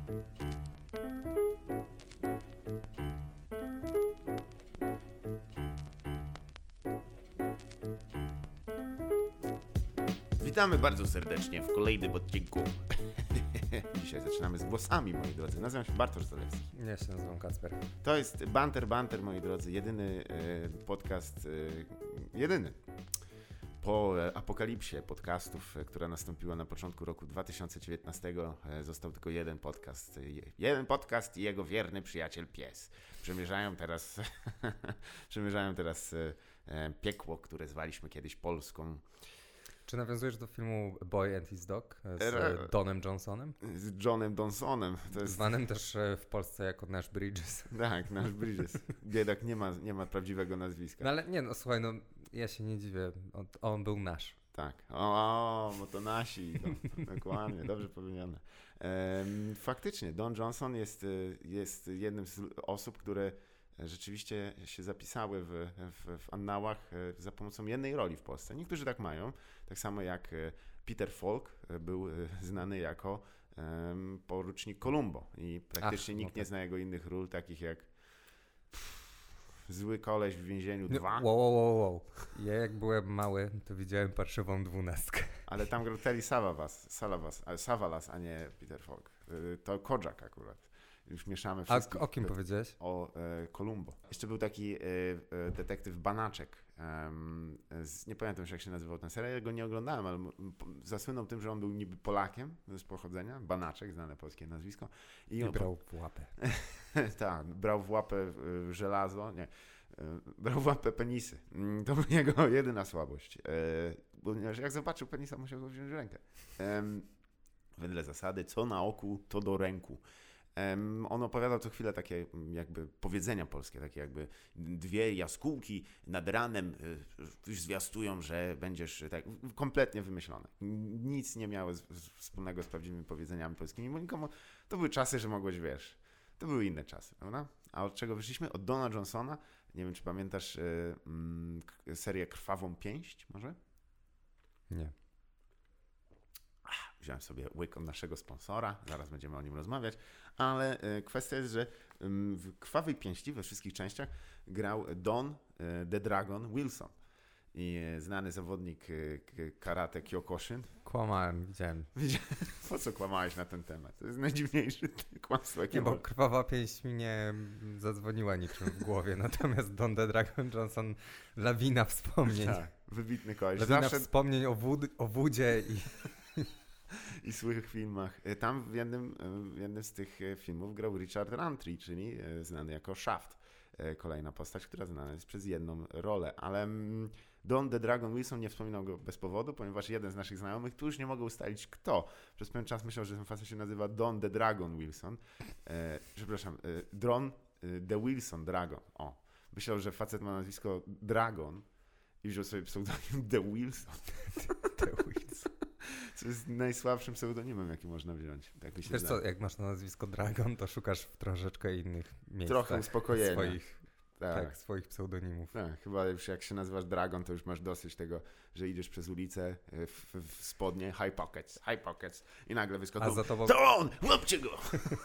Witamy bardzo serdecznie w kolejnym odcinku. Dzisiaj zaczynamy z głosami, moi drodzy. Nazywam się Bartosz Zalewski. Ja się nazywam Kacper. To jest Banter, moi drodzy. Jedyny podcast, jedyny po apokalipsie podcastów, która nastąpiła na początku roku 2019. Został tylko jeden podcast. Jeden podcast i jego wierny przyjaciel pies. Przemierzają teraz piekło, które zwaliśmy kiedyś Polską. Czy nawiązujesz do filmu Boy and His Dog z Donem Johnsonem? Z Johnem Johnsonem. To jest... Zwanym też w Polsce jako Nash Bridges. Tak, Nash Bridges. Biedak nie ma prawdziwego nazwiska. No ale nie, no słuchaj, no ja się nie dziwię. On był nasz. Tak. Bo to nasi. Dokładnie, dobrze powiedziane. Faktycznie, Don Johnson jest jednym z osób, które rzeczywiście się zapisały w annałach za pomocą jednej roli w Polsce. Niektórzy tak mają, tak samo jak Peter Falk był znany jako porucznik Columbo i praktycznie nikt nie zna jego innych ról, takich jak Zły koleś w więzieniu 2. Wow. Ja jak byłem mały, to widziałem Parszywą 12. Ale tam grał Telly Savalas, a nie Peter Falk. To Kojak akurat. Już mieszamy wszystko. A o kim powiedziałeś? O Columbo. Jeszcze był taki detektyw Banaczek. Nie pamiętam już, jak się nazywał ten serial. Ja go nie oglądałem, ale zasłynął tym, że on był niby Polakiem z pochodzenia. Banaczek, znane polskie nazwisko. I brał w łapę. Tak, brał w łapę żelazo. Nie. Brał w łapę penisy. To była jego jedyna słabość. Ponieważ jak zobaczył penisa, musiał go wziąć w rękę. Wedle zasady, co na oku, to do ręku. On opowiadał co chwilę takie jakby powiedzenia polskie, takie jakby dwie jaskółki nad ranem już zwiastują, że będziesz tak kompletnie wymyślone. Nic nie miały wspólnego z prawdziwymi powiedzeniami polskimi, bo nikomu to były czasy, że mogłeś, wiesz, to były inne czasy, prawda? A od czego wyszliśmy? Od Dona Johnsona. Nie wiem, czy pamiętasz serię Krwawą Pięść może? Nie. Wziąłem sobie łyk od naszego sponsora, zaraz będziemy o nim rozmawiać, ale kwestia jest, że w Krwawej Pięści we wszystkich częściach grał Don the Dragon Wilson. I znany zawodnik karate Kyokushin. Kłamałem, widziałem. Po co kłamałeś na ten temat? To jest najdziwniejsze kłamstwo, jakie nie, bo Krwawa Pięść mi nie zadzwoniła niczym w głowie, natomiast Don the Dragon Johnson, lawina wspomnień. Tak, wybitny koleś. Lawina wspomnień o wódzie i złych filmach. Tam w jednym z tych filmów grał Richard Rantry, czyli znany jako Shaft. Kolejna postać, która znana jest przez jedną rolę. Ale Don the Dragon Wilson nie wspominał go bez powodu, ponieważ jeden z naszych znajomych, tu już nie mogę ustalić kto. Przez pewien czas myślał, że ten facet się nazywa Don the Dragon Wilson. Don the Wilson Dragon. O. Myślał, że facet ma nazwisko Dragon i wziął sobie pseudonim The Wilson. The Wilson. Co jest najsłabszym pseudonimem, jaki można wziąć. Tak mi się Wiesz zdaje. co, jak masz na nazwisko Dragon, to szukasz w troszeczkę innych miejscach. Trochę uspokojenia. Swoich pseudonimów. Tak, chyba już jak się nazywasz Dragon, to już masz dosyć tego, że idziesz przez ulicę w spodnie, high pockets i nagle wyskoczą. A za tobą... To on! Łapcie go!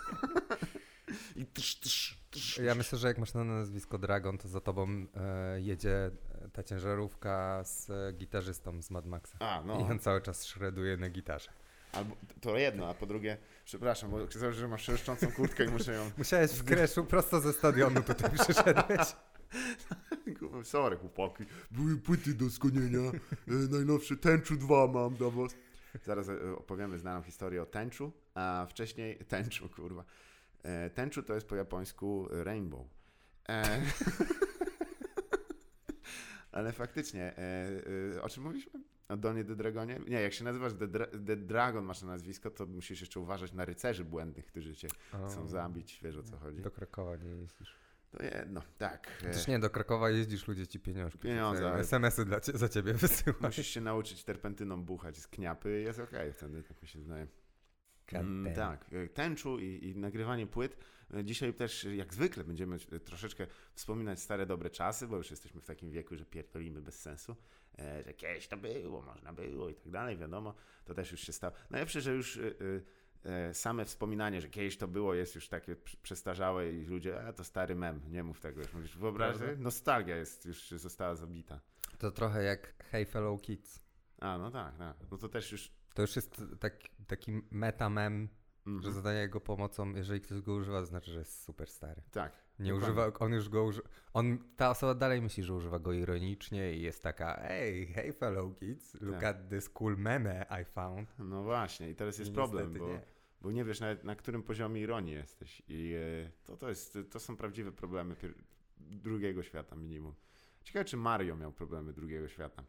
I Ja myślę, że jak masz na nazwisko Dragon, to za tobą jedzie ta ciężarówka z gitarzystą z Mad Maxa. I on cały czas shreduje na gitarze. Albo to jedno, a po drugie, przepraszam, bo okazało się, że masz szeleszczącą kurtkę i muszę ją... Musiałeś w Kreszu prosto ze stadionu tutaj przyszedłeś. Sorry, chłopaki, były płyty do skonienia, najnowszy Tenchu 2 mam dla was. Zaraz opowiemy znaną historię o Tenchu, a wcześniej Tenchu, kurwa. Tenchu to jest po japońsku rainbow. Ale faktycznie, o czym mówiliśmy? O Donie the Dragonie? Nie, jak się nazywasz The Dragon, masz na nazwisko, to musisz jeszcze uważać na rycerzy błędnych, którzy cię chcą zabić, wiesz o co chodzi. Do Krakowa nie jeździsz. To jedno, tak. Przecież nie, do Krakowa jeździsz, ludzie ci pieniądze SMS-y za ciebie wysyłają. Musisz się nauczyć terpentyną buchać z kniapy i jest okej, wtedy tak mi się zdaje. Tak, Tenchu i nagrywanie płyt. Dzisiaj też jak zwykle będziemy troszeczkę wspominać stare dobre czasy, bo już jesteśmy w takim wieku, że pierdolimy bez sensu, że kiedyś to było, można było i tak dalej, wiadomo, to też już się stało. Najlepsze, że już same wspominanie, że kiedyś to było, jest już takie przestarzałe i ludzie, to stary mem, nie mów tego już. Mówisz, wyobraź sobie, nostalgia już została zabita. To trochę jak Hey Fellow Kids. No tak. No to też już... To już jest taki meta-mem, że zadanie jego pomocą, jeżeli ktoś go używa, to znaczy, że jest super stary. Tak. Nie używa, on już go używa. Ta osoba dalej myśli, że używa go ironicznie i jest taka, hey fellow kids, look at this cool meme I found. No właśnie, i teraz jest problem, bo nie wiesz na którym poziomie ironii jesteś. I to są prawdziwe problemy drugiego świata minimum. Ciekawe, czy Mario miał problemy drugiego świata.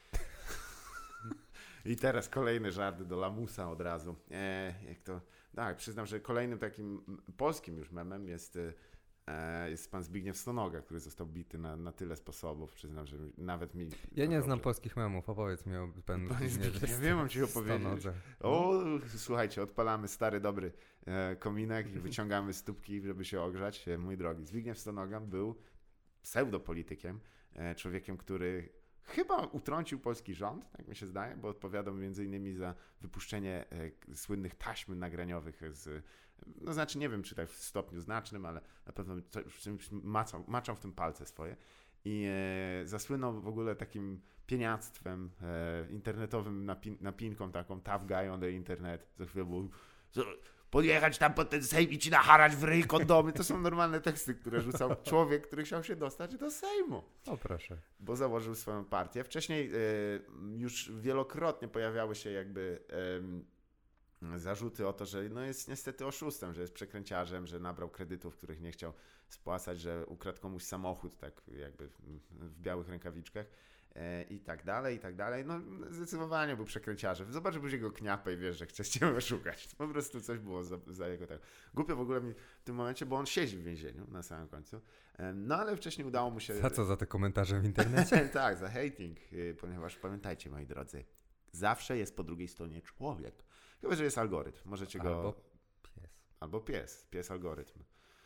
I teraz kolejny żart do lamusa od razu. Tak, przyznam, że kolejnym takim polskim już memem jest pan Zbigniew Stonoga, który został bity na tyle sposobów. Przyznam, że nawet mi... Ja nie znam polskich memów, opowiedz mi o pan Zbigniew. Ja wiem, mam ci opowiedzieć. Słuchajcie, odpalamy stary, dobry kominek i wyciągamy stópki, żeby się ogrzać. Mój drogi, Zbigniew Stonoga był pseudopolitykiem, człowiekiem, który chyba utrącił polski rząd, tak mi się zdaje, bo odpowiadał m.in. za wypuszczenie słynnych taśm nagraniowych znaczy nie wiem, czy tak w stopniu znacznym, ale na pewno maczał w tym palce swoje i zasłynął w ogóle takim pieniactwem, internetowym napinką taką tough guy on the internet. Za chwilę było podjechać tam pod ten Sejm i ci naharać w ryj kondomy. To są normalne teksty, które rzucał człowiek, który chciał się dostać do Sejmu. O proszę. Bo założył swoją partię. Wcześniej już wielokrotnie pojawiały się jakby zarzuty o to, że jest niestety oszustem, że jest przekręciarzem, że nabrał kredytów, których nie chciał spłacać, że ukradł komuś samochód tak jakby w białych rękawiczkach. I tak dalej. No zdecydowanie był przekręciarzem. Zobaczyłbyś jego kniapę i wiesz, że chcesz cię oszukać. Po prostu coś było za jego tak. Głupio w ogóle mi w tym momencie, bo on siedzi w więzieniu na samym końcu. No ale wcześniej udało mu się... Za co? Za te komentarze w internecie? Tak, za hating. Ponieważ pamiętajcie, moi drodzy, zawsze jest po drugiej stronie człowiek. Chyba, że jest algorytm. Możecie go... Albo pies. Pies algorytm.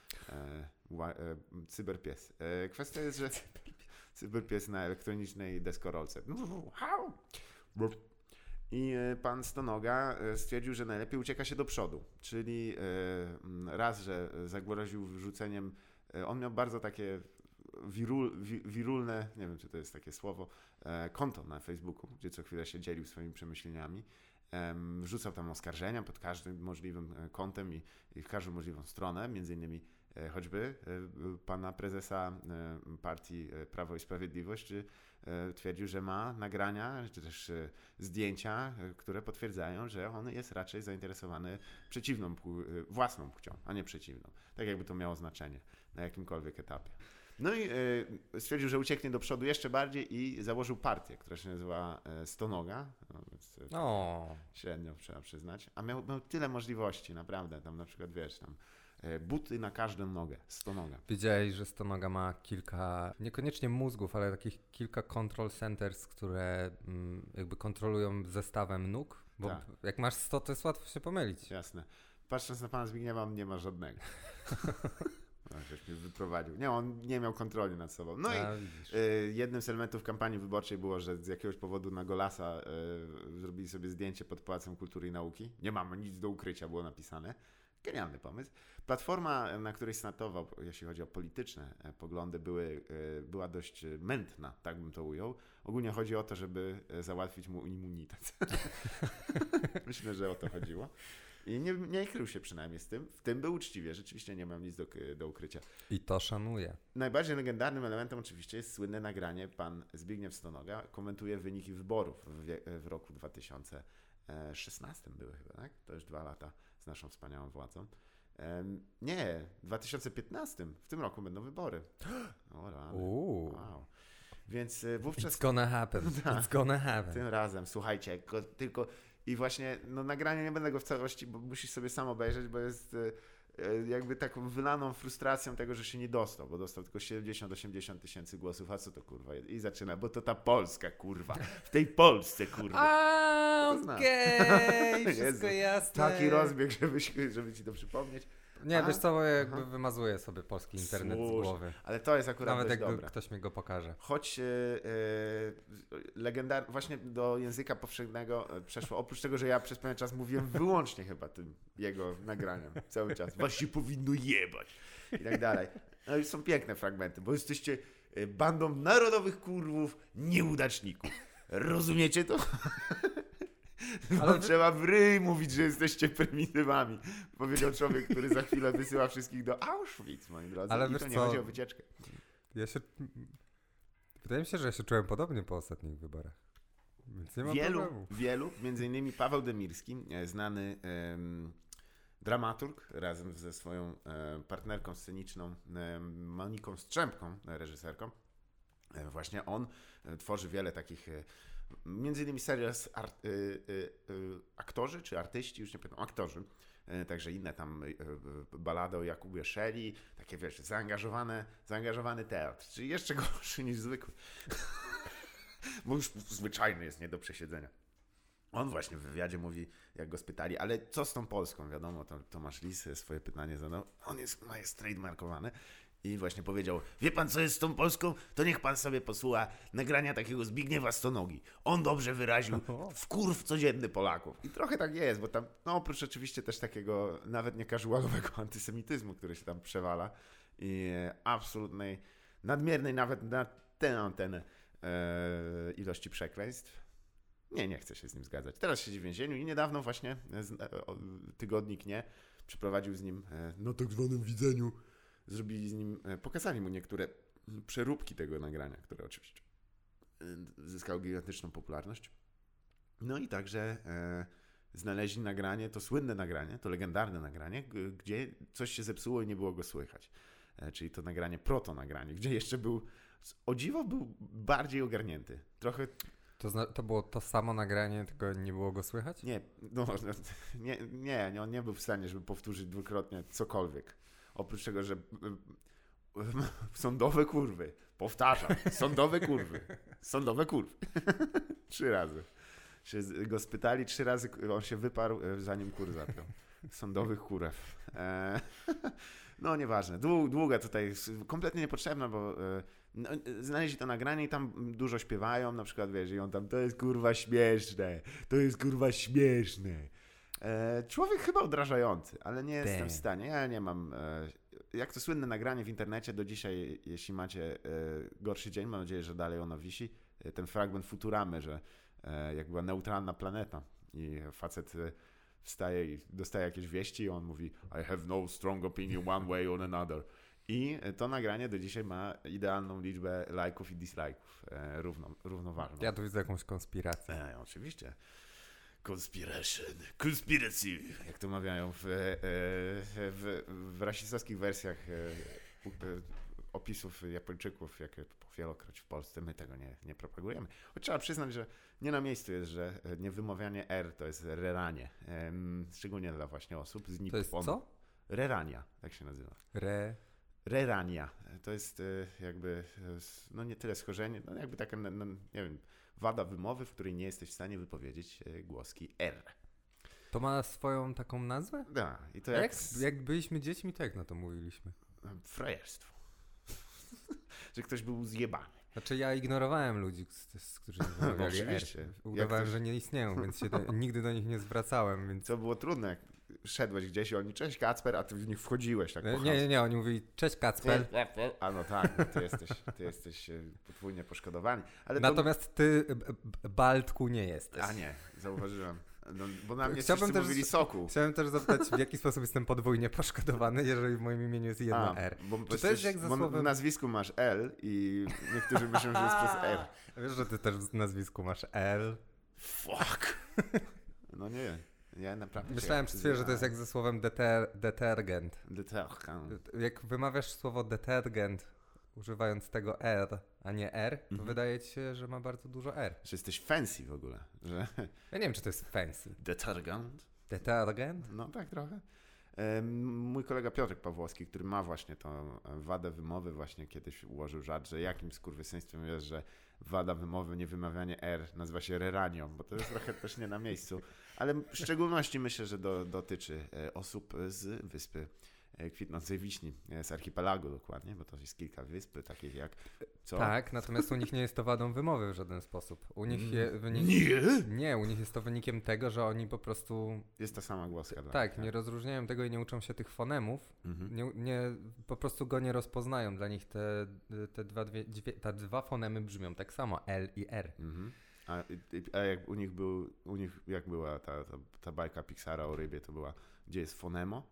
Cyberpies. Kwestia jest, że... Cyberpies na elektronicznej deskorolce. I pan Stonoga stwierdził, że najlepiej ucieka się do przodu. Czyli raz, że zagroził wrzuceniem... On miał bardzo takie wirulne, nie wiem, czy to jest takie słowo, konto na Facebooku, gdzie co chwilę się dzielił swoimi przemyśleniami. Wrzucał tam oskarżenia pod każdym możliwym kątem i w każdą możliwą stronę, między innymi choćby pana prezesa partii Prawo i Sprawiedliwość, czy twierdził, że ma nagrania, czy też zdjęcia, które potwierdzają, że on jest raczej zainteresowany własną płcią, a nie przeciwną. Tak jakby to miało znaczenie na jakimkolwiek etapie. No i stwierdził, że ucieknie do przodu jeszcze bardziej i założył partię, która się nazywa Stonoga. No, więc średnio trzeba przyznać. A miał tyle możliwości, naprawdę. Tam na przykład, wiesz, tam buty na każdą nogę, Stonoga. Wiedziałeś, że Stonoga ma kilka, niekoniecznie mózgów, ale takich kilka control centers, które jakby kontrolują zestawem nóg? Bo jak masz 100, to jest łatwo się pomylić. Jasne. Patrząc na pana Zbigniewa, on nie ma żadnego. Ktoś mnie wyprowadził. Nie, on nie miał kontroli nad sobą. No i jednym z elementów kampanii wyborczej było, że z jakiegoś powodu na Golasa zrobili sobie zdjęcie pod Pałacem Kultury i Nauki. Nie mamy nic do ukrycia, było napisane. Genialny pomysł. Platforma, na której startował, jeśli chodzi o polityczne poglądy, była dość mętna, tak bym to ujął. Ogólnie chodzi o to, żeby załatwić mu immunitet. Myślę, że o to chodziło. I nie krył się przynajmniej z tym. W tym był uczciwie. Rzeczywiście nie mam nic do ukrycia. I to szanuję. Najbardziej legendarnym elementem oczywiście jest słynne nagranie. Pan Zbigniew Stonoga komentuje wyniki wyborów w roku 2016 były chyba, tak? To już 2 lata z naszą wspaniałą władzą. Nie, w 2015. W tym roku będą wybory. O rany. Wow. Więc wówczas... It's gonna happen. It's gonna happen. Tym razem, słuchajcie, tylko... I właśnie, nagranie nie będę go w całości, bo musisz sobie sam obejrzeć, bo jest jakby taką wylaną frustracją tego, że się nie dostał, bo dostał tylko 70-80 tysięcy głosów, a co to kurwa? I zaczyna, bo to ta Polska, kurwa. W tej Polsce, kurwa. Okej, wszystko jasne. Taki rozbieg, żeby ci to przypomnieć. Nie, wiesz co, jakby wymazuję sobie polski internet z głowy. Ale to jest akurat nawet jak dobre. Ktoś mi go pokaże. Choć właśnie do języka powszechnego przeszło, oprócz tego, że ja przez pewien czas mówiłem wyłącznie chyba tym jego nagraniem cały czas. Was się powinno jebać i tak dalej. No i są piękne fragmenty, bo jesteście bandą narodowych kurwów, nieudaczników. Rozumiecie to? Ale trzeba w ryj mówić, że jesteście prymitywami. Powiedział człowiek, który za chwilę wysyła wszystkich do Auschwitz, moi drodzy. Ale i to nie chodzi o wycieczkę. Wydaje mi się, że ja się czułem podobnie po ostatnich wyborach. Więc nie ma problemu. Wielu, między innymi Paweł Demirski, znany dramaturg, razem ze swoją partnerką sceniczną Moniką Strzępką, reżyserką. Właśnie on tworzy wiele takich, między innymi serial aktorzy czy artyści, już nie pamiętam, aktorzy. Także inne tam balady o Jakubie Szeli, takie wiesz, zaangażowany teatr, czyli jeszcze gorszy niż zwykły. Bo już zwyczajny jest nie do przesiedzenia. On właśnie w wywiadzie mówi, jak go spytali, ale co z tą Polską? Wiadomo, Tomasz Lis swoje pytanie zadał. On jest trademarkowany. I właśnie powiedział, wie pan co jest z tą Polską? To niech pan sobie posłucha nagrania takiego Zbigniewa Stonogi. On dobrze wyraził wkurw codzienny Polaków. I trochę tak jest, bo tam, no oprócz oczywiście też takiego nawet nie casualowego antysemityzmu, który się tam przewala i absolutnej, nadmiernej nawet na tę antenę ilości przekleństw. Nie chcę się z nim zgadzać. Teraz siedzi w więzieniu i niedawno właśnie tygodnik przeprowadził z nim na tak zwanym widzeniu. Zrobili z nim, pokazali mu niektóre przeróbki tego nagrania, które oczywiście zyskało gigantyczną popularność. No i także znaleźli nagranie, to słynne nagranie, to legendarne nagranie, gdzie coś się zepsuło i nie było go słychać. Czyli to nagranie, proto-nagranie, gdzie jeszcze o dziwo był bardziej ogarnięty. Trochę... To było to samo nagranie, tylko nie było go słychać? On nie był w stanie, żeby powtórzyć dwukrotnie cokolwiek. Oprócz tego, że sądowe kurwy. Powtarzam. Sądowe kurwy. 3 razy. Go spytali 3 razy, on się wyparł, zanim kur zapiął. Sądowych kurew. No nieważne. Długa tutaj, kompletnie niepotrzebna, bo znaleźli to nagranie i tam dużo śpiewają, na przykład wiesz, i on tam, to jest kurwa śmieszne. Człowiek chyba odrażający, ale nie jestem w stanie. Ja nie mam. Jak to słynne nagranie w internecie do dzisiaj, jeśli macie gorszy dzień, mam nadzieję, że dalej ono wisi, ten fragment Futuramy, że jak była neutralna planeta i facet wstaje i dostaje jakieś wieści i on mówi I have no strong opinion one way or another. I to nagranie do dzisiaj ma idealną liczbę lajków i dislajków, równoważną. Ja tu widzę jakąś konspirację. Oczywiście. Conspiracy, jak to mawiają w rasistowskich wersjach opisów Japończyków, jakie wielokroć w Polsce, my tego nie propagujemy. Choć trzeba przyznać, że nie na miejscu jest, że niewymawianie R to jest reranie, szczególnie dla właśnie osób z Nipponu. To jest co? Rerania, tak się nazywa. Rerania. To jest jakby, no nie tyle schorzenie, no jakby taka, no, nie wiem, wada wymowy, w której nie jesteś w stanie wypowiedzieć głoski R. To ma swoją taką nazwę? Da. I to jak byliśmy dziećmi, to jak na to mówiliśmy? Frajerstwo. Że ktoś był zjebany. Znaczy ja ignorowałem ludzi, którzy wymawiali R. Udawałem, że nie istnieją, więc się nigdy do nich nie zwracałem. Więc... To było trudne, jak szedłeś gdzieś i oni, cześć Kacper, a ty w nich wchodziłeś. Tak nie, oni mówili, cześć Kacper. A no tak, no ty jesteś podwójnie poszkodowany. Ale natomiast ty, Baltku, nie jesteś. A nie, zauważyłem. No, bo na mnie wszyscy mówili soku. Chciałem też zapytać, w jaki sposób jestem podwójnie poszkodowany, jeżeli w moim imieniu jest jedno R. Czy to jest jak za słowem... w nazwisku masz L i niektórzy myślą, że jest przez R. Wiesz, że ty też w nazwisku masz L? Fuck. No nie. Ja naprawdę myślałem przez chwilę, że to jest jak ze słowem detergent. Jak wymawiasz słowo detergent, używając tego R, a nie R, to wydaje ci się, że ma bardzo dużo R. Że jesteś fancy w ogóle. Że... Ja nie wiem, czy to jest fancy. Detergent? No tak trochę. Mój kolega Piotrek Pawłowski, który ma właśnie tą wadę wymowy, właśnie kiedyś ułożył żart, że jakim skurwysyństwem jest, że wada wymowy, niewymawianie R nazywa się reranią, bo to jest trochę też nie na miejscu. Ale w szczególności myślę, że dotyczy osób z wyspy kwitnącej wiśni z archipelagu dokładnie, bo to jest kilka wysp takich jak... Co? Tak, natomiast u nich nie jest to wadą wymowy w żaden sposób. U nich Nie, u nich jest to wynikiem tego, że oni po prostu... Jest ta sama głoska. Tak, nie rozróżniają tego i nie uczą się tych fonemów. Po prostu go nie rozpoznają. Dla nich te dwa fonemy brzmią tak samo, L i R. A jak u nich jak była ta bajka Pixara o rybie, to była, gdzie jest fonemo?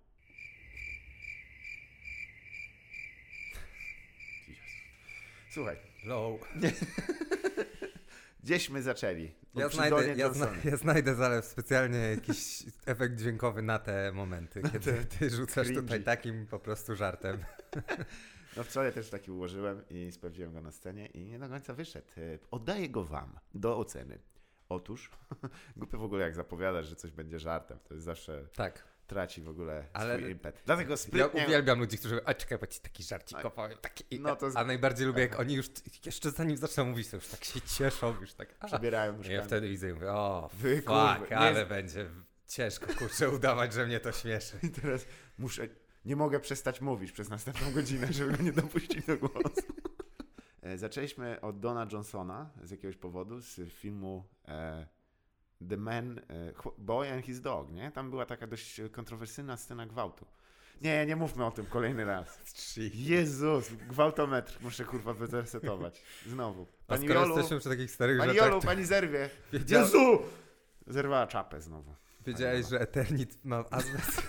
Słuchaj. Low. Gdzieśmy zaczęli. Ja znajdę zalew specjalnie jakiś efekt dźwiękowy na te momenty, kiedy ty rzucasz tutaj takim po prostu żartem. No wczoraj też taki ułożyłem i sprawdziłem go na scenie i nie do końca wyszedł. Oddaję go wam do oceny. Otóż, głupio w ogóle jak zapowiadasz, że coś będzie żartem. To jest zawsze... Tak. Traci w ogóle swój impet. Dlatego sprytnie... Ja uwielbiam ludzi, którzy mówią, czekaj, bo ci taki żarcik opowiem. A najbardziej lubię, jak oni już jeszcze zanim zaczną mówić, to już tak się cieszą, już tak... Przebierają nóżkami. Ja wtedy widzę i mówię, będzie ciężko, kurczę, udawać, że mnie to śmieszy. I teraz nie mogę przestać mówić przez następną godzinę, żeby go nie dopuścić do głosu. Zaczęliśmy od Dona Johnsona z jakiegoś powodu, z filmu... The Man, Boy and His Dog, nie? Tam była taka dość kontrowersyjna scena gwałtu. Nie mówmy o tym kolejny raz. Jezus, gwałtometr. Muszę kurwa wyresetować. Znowu. Pani Jolu, jesteśmy przy takich starych Pani rzeczach, Jolu, pani zerwie. Jezu! Zerwała czapę znowu. Wiedziałeś, że Eternit ma azbest?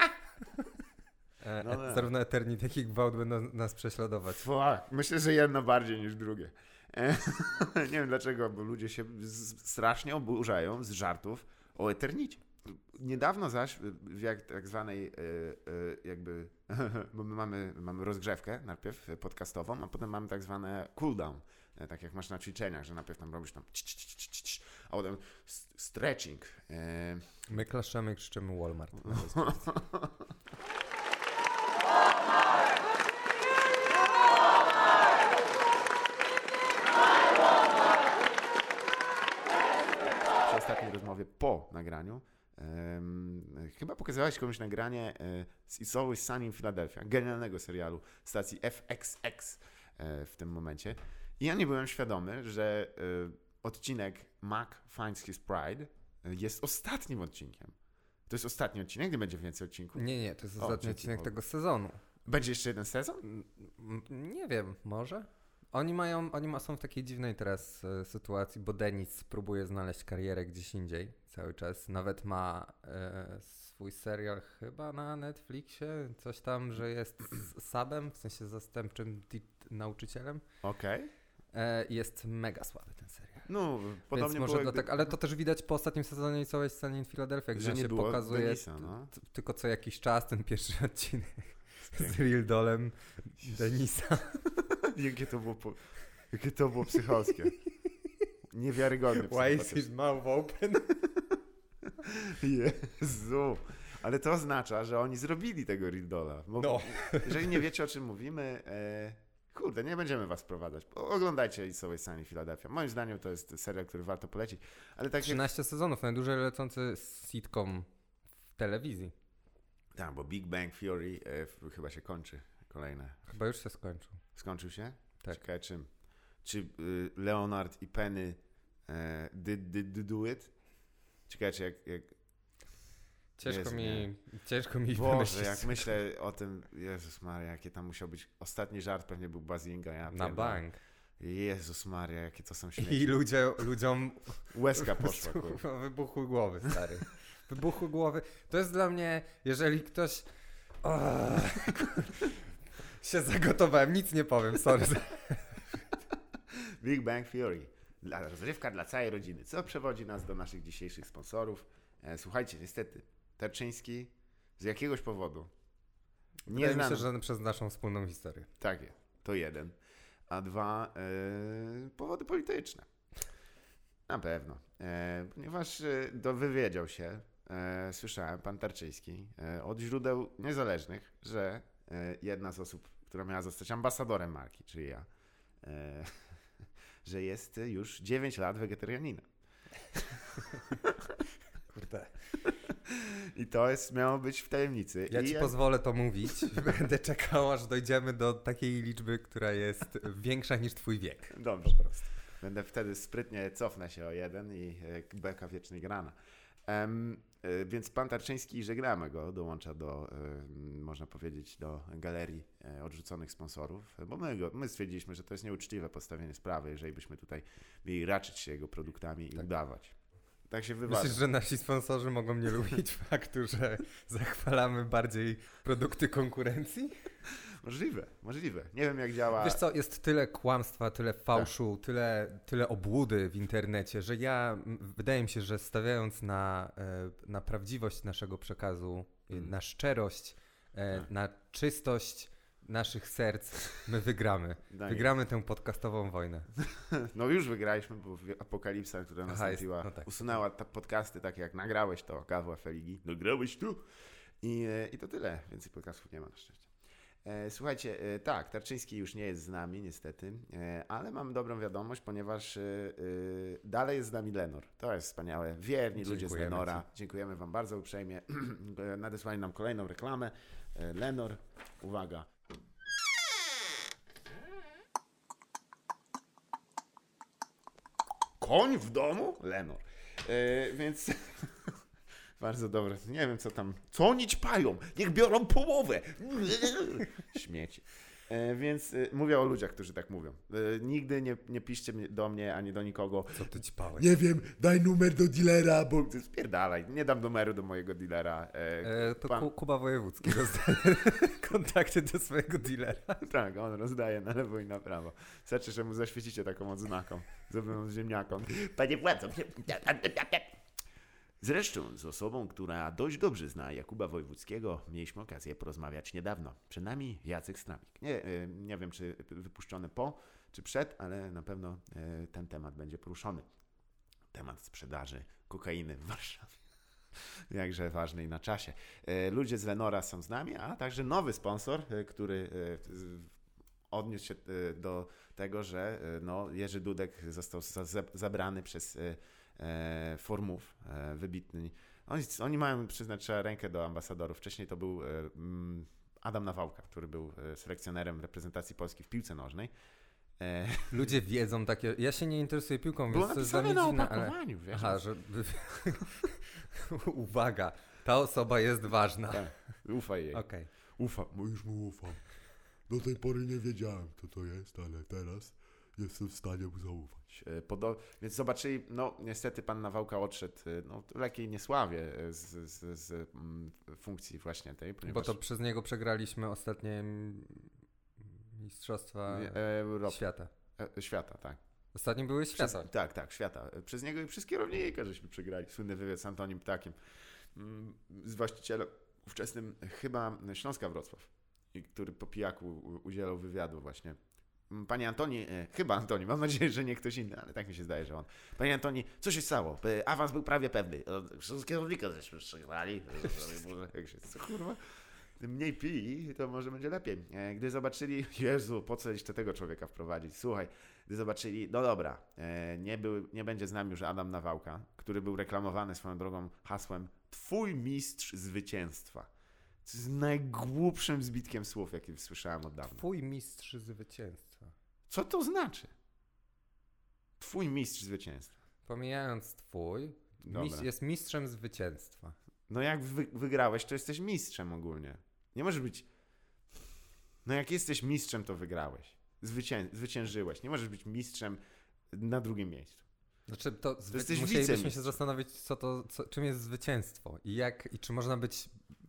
Zarówno Eternit, jak i gwałt będą nas prześladować. Myślę, że jedno bardziej niż drugie. Nie wiem dlaczego, bo ludzie się strasznie oburzają z żartów o Eternicie. Niedawno zaś w tak zwanej jakby, bo my mamy rozgrzewkę najpierw podcastową, a potem mamy tak zwane cooldown, tak jak masz na ćwiczeniach, że najpierw tam robisz tam a potem stretching. My klaszczemy i krzyczymy Walmart. Ostatniej rozmowie po nagraniu chyba pokazywałeś komuś nagranie z It's Always Sunny in Philadelphia, genialnego serialu stacji FXX w tym momencie. I ja nie byłem świadomy, że odcinek Mac Finds His Pride jest ostatnim odcinkiem. To jest ostatni odcinek, nie będzie więcej odcinków? Nie, to jest ostatni odcinek tego sezonu. Będzie jeszcze jeden sezon? Nie wiem, może? Oni są w takiej dziwnej teraz sytuacji, bo Denis próbuje znaleźć karierę gdzieś indziej cały czas. Nawet ma swój serial chyba na Netflixie, coś tam, że jest subem, w sensie zastępczym nauczycielem. Okej. Jest mega słaby ten serial. No, podobnie więc może tak, ale to też widać po ostatnim sezonie całej sceny in Philadelphia, gdzie się pokazuje Denisa, no. tylko co jakiś czas ten pierwszy odcinek z Real Dolem Denisa. Jakie to było psycholskie. Niewiarygodne. Why is his mouth open? Jezu. Ale to oznacza, że oni zrobili tego Ridola. Jeżeli nie wiecie, o czym mówimy, kurde, nie będziemy was wprowadzać. Oglądajcie It's Always Sunny in Philadelphia. Moim zdaniem to jest serial, który warto polecić. Ale tak 13 sezonów, najdłużej lecący sitcom w telewizji. Tak, bo Big Bang Theory chyba się kończy. Kolejne. Chyba już się skończył. Skończył się? Tak. Ciekawe czym. Czy Leonard i Penny did do it? Ciekawe czy jak Ciężko mi Boże, wymyślić. jak myślę o tym, Jezus Maria, jakie tam musiał być. Ostatni żart pewnie był Bazinga. Na bank. Jezus Maria, jakie to są śmieci. I ludziom łezka poszła. Wybuchły głowy, stary. Wybuchły głowy. To jest dla mnie, jeżeli ktoś... się zagotowałem, nic nie powiem, sorry. Big Bang Theory. Rozrywka dla całej rodziny. Co przewodzi nas do naszych dzisiejszych sponsorów? Słuchajcie, niestety, Tarczyński z jakiegoś powodu Wydaje mi się, że przez naszą wspólną historię. Tak jest, to jeden. A dwa, powody polityczne. Na pewno. Ponieważ dowiedział się, słyszałem, pan Tarczyński, od źródeł niezależnych, że jedna z osób, która miała zostać ambasadorem marki, czyli ja, że jest już 9 lat wegetarianinem. Kurde. I to miało być w tajemnicy. Ja ci pozwolę to mówić. Będę czekał, aż dojdziemy do takiej liczby, która jest większa niż twój wiek. Dobrze. Po prostu. Będę wtedy sprytnie cofnę się o 1 i beka wiecznie grana. Więc pan Tarczyński, żegnamy go, dołącza do, można powiedzieć, do galerii odrzuconych sponsorów, bo my stwierdziliśmy, że to jest nieuczciwe postawienie sprawy, jeżeli byśmy tutaj mieli raczyć się jego produktami i udawać. Tak się wyważa. Myślisz, że nasi sponsorzy mogą nie lubić faktu, że zachwalamy bardziej produkty konkurencji? Możliwe. Nie wiem, jak działa. Wiesz co, jest tyle kłamstwa, tyle fałszu, tyle obłudy w internecie, że wydaje mi się, że stawiając na prawdziwość naszego przekazu, na szczerość, na czystość naszych serc, my wygramy. Wygramy tę podcastową wojnę. No już wygraliśmy, bo apokalipsa, która nastąpiła, usunęła podcasty takie jak nagrałeś to, Kawa Feligi, nagrałeś tu i to tyle. Więcej podcastów nie ma na szczęście. Słuchajcie, tak, Tarczyński już nie jest z nami niestety, ale mam dobrą wiadomość, ponieważ dalej jest z nami Lenor. To jest wspaniałe. Wierni ludzie z Lenora. Dziękujemy wam bardzo uprzejmie. Nadesłali nam kolejną reklamę. Lenor, uwaga. Koń w domu? Lenor. Więc... Bardzo dobre. Nie wiem, co oni ćpają? Niech biorą połowę. Śmieci. Więc mówię o ludziach, którzy tak mówią. Nigdy nie piszcie do mnie, ani do nikogo. Co ty ćpałeś? Nie wiem, daj numer do dealera, bo spierdalaj. Nie dam numeru do mojego dealera. Kuba Wojewódzki rozdaje kontakty do swojego dealera. Tak, on rozdaje na lewo i na prawo. Znaczy, że mu zaświecicie taką odznaką. Zrobioną z ziemniaką. Panie władzo. Zresztą z osobą, która dość dobrze zna Jakuba Wojewódzkiego, mieliśmy okazję porozmawiać niedawno. Przed nami Jacek Stramik. Nie wiem, czy wypuszczony po, czy przed, ale na pewno ten temat będzie poruszony. Temat sprzedaży kokainy w Warszawie. Jakże ważny i na czasie. Ludzie z Lenora są z nami, a także nowy sponsor, który odniósł się do tego, że Jerzy Dudek został zabrany przez Formów, wybitny. Oni mają, przyznać trzeba, rękę do ambasadorów. Wcześniej to był Adam Nawałka, który był selekcjonerem reprezentacji Polski w piłce nożnej. Ludzie wiedzą takie... Ja się nie interesuję piłką, było więc to jest dla mnie dziwne, ale... Wiesz, aha, że... Uwaga, ta osoba jest ważna. Tak, ufaj jej. Okay. Już mu ufam. Do tej pory nie wiedziałem, kto to jest, ale teraz jestem w stanie mu zaufać. Więc zobaczyli, niestety pan Nawałka odszedł w lekkiej niesławie z funkcji właśnie tej. Ponieważ... Bo to przez niego przegraliśmy ostatnie mistrzostwa świata. Świata, tak. Ostatnim były świata. Tak, świata. Przez niego i przez kierownika żeśmy przegrali. Słynny wywiad z Antonim Ptakiem, z właścicielem ówczesnym chyba Śląska Wrocław, który po pijaku udzielał wywiadu właśnie. Panie Antoni, chyba Antoni, mam nadzieję, że nie ktoś inny, ale tak mi się zdaje, że on. Panie Antoni, co się stało? Awans był prawie pewny. Z kierownika żeśmy przegrali. Kurwa, tym mniej pij, to może będzie lepiej. Gdy zobaczyli, Jezu, po co jeszcze tego człowieka wprowadzić? Słuchaj, gdy zobaczyli, no dobra, nie będzie z nami już Adam Nawałka, który był reklamowany swoją drogą hasłem Twój mistrz zwycięstwa. To jest najgłupszym zbitkiem słów, jaki słyszałem od dawna. Twój mistrz zwycięstwa. Co to znaczy? Twój mistrz zwycięstwa. Pomijając twój, jest mistrzem zwycięstwa. No jak wygrałeś, to jesteś mistrzem ogólnie. Nie możesz być... No jak jesteś mistrzem, to wygrałeś. Zwyciężyłeś. Nie możesz być mistrzem na drugim miejscu. Znaczy musielibyśmy się zastanowić, czym jest zwycięstwo i czy można być...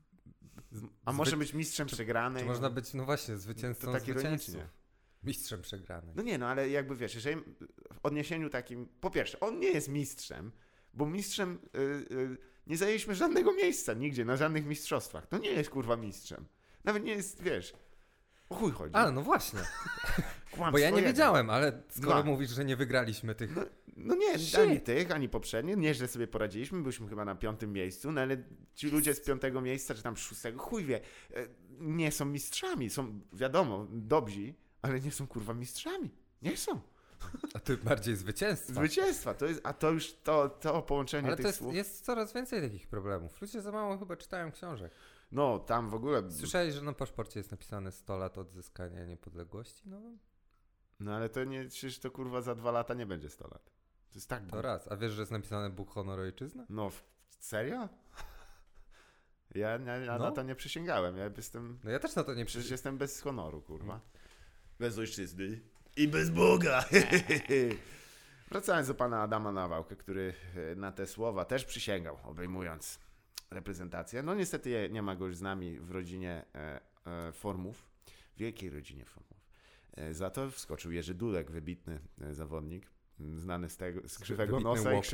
A może być mistrzem przegranej? Czy można być, zwycięzcą to tak zwycięzców? Mistrzem przegranej. No nie, ale jakby wiesz, jeżeli w odniesieniu takim... Po pierwsze, on nie jest mistrzem, bo mistrzem... nie zajęliśmy żadnego miejsca nigdzie, na żadnych mistrzostwach. To nie jest kurwa mistrzem. Nawet nie jest, wiesz... O chuj chodzi. A, no właśnie. Bo ja nie wiedziałem, ale skoro mówisz, że nie wygraliśmy tych... No nie, ani tych, ani poprzednich. Nieźle sobie poradziliśmy, byliśmy chyba na 5. miejscu, ale ci ludzie z 5. miejsca, czy tam 6, chuj wie, nie są mistrzami. Są, wiadomo, dobrzy, ale nie są kurwa mistrzami. Nie są. A ty bardziej zwycięstwa. Zwycięstwa, to już to połączenie Ale tych to słów. jest coraz więcej takich problemów. Ludzie za mało chyba czytają książek. No, tam w ogóle... Słyszałeś, że na paszporcie jest napisane 100 lat odzyskania niepodległości? No ale to nie, przecież to kurwa za 2 lata nie będzie 100 lat. To jest tak... To raz. A wiesz, że jest napisane Bóg, honor, ojczyzna? No, serio? Ja na to nie przysięgałem. Ja jestem... No ja też na to nie Przecież jestem bez honoru, kurwa. Bez ojczyzny i bez Boga. Wracając do pana Adama Nawałkę, który na te słowa też przysięgał, obejmując reprezentację. No niestety nie ma go już z nami w rodzinie Formów, wielkiej rodzinie Formów. Za to wskoczył Jerzy Dudek, wybitny zawodnik, znany z krzywego nosa i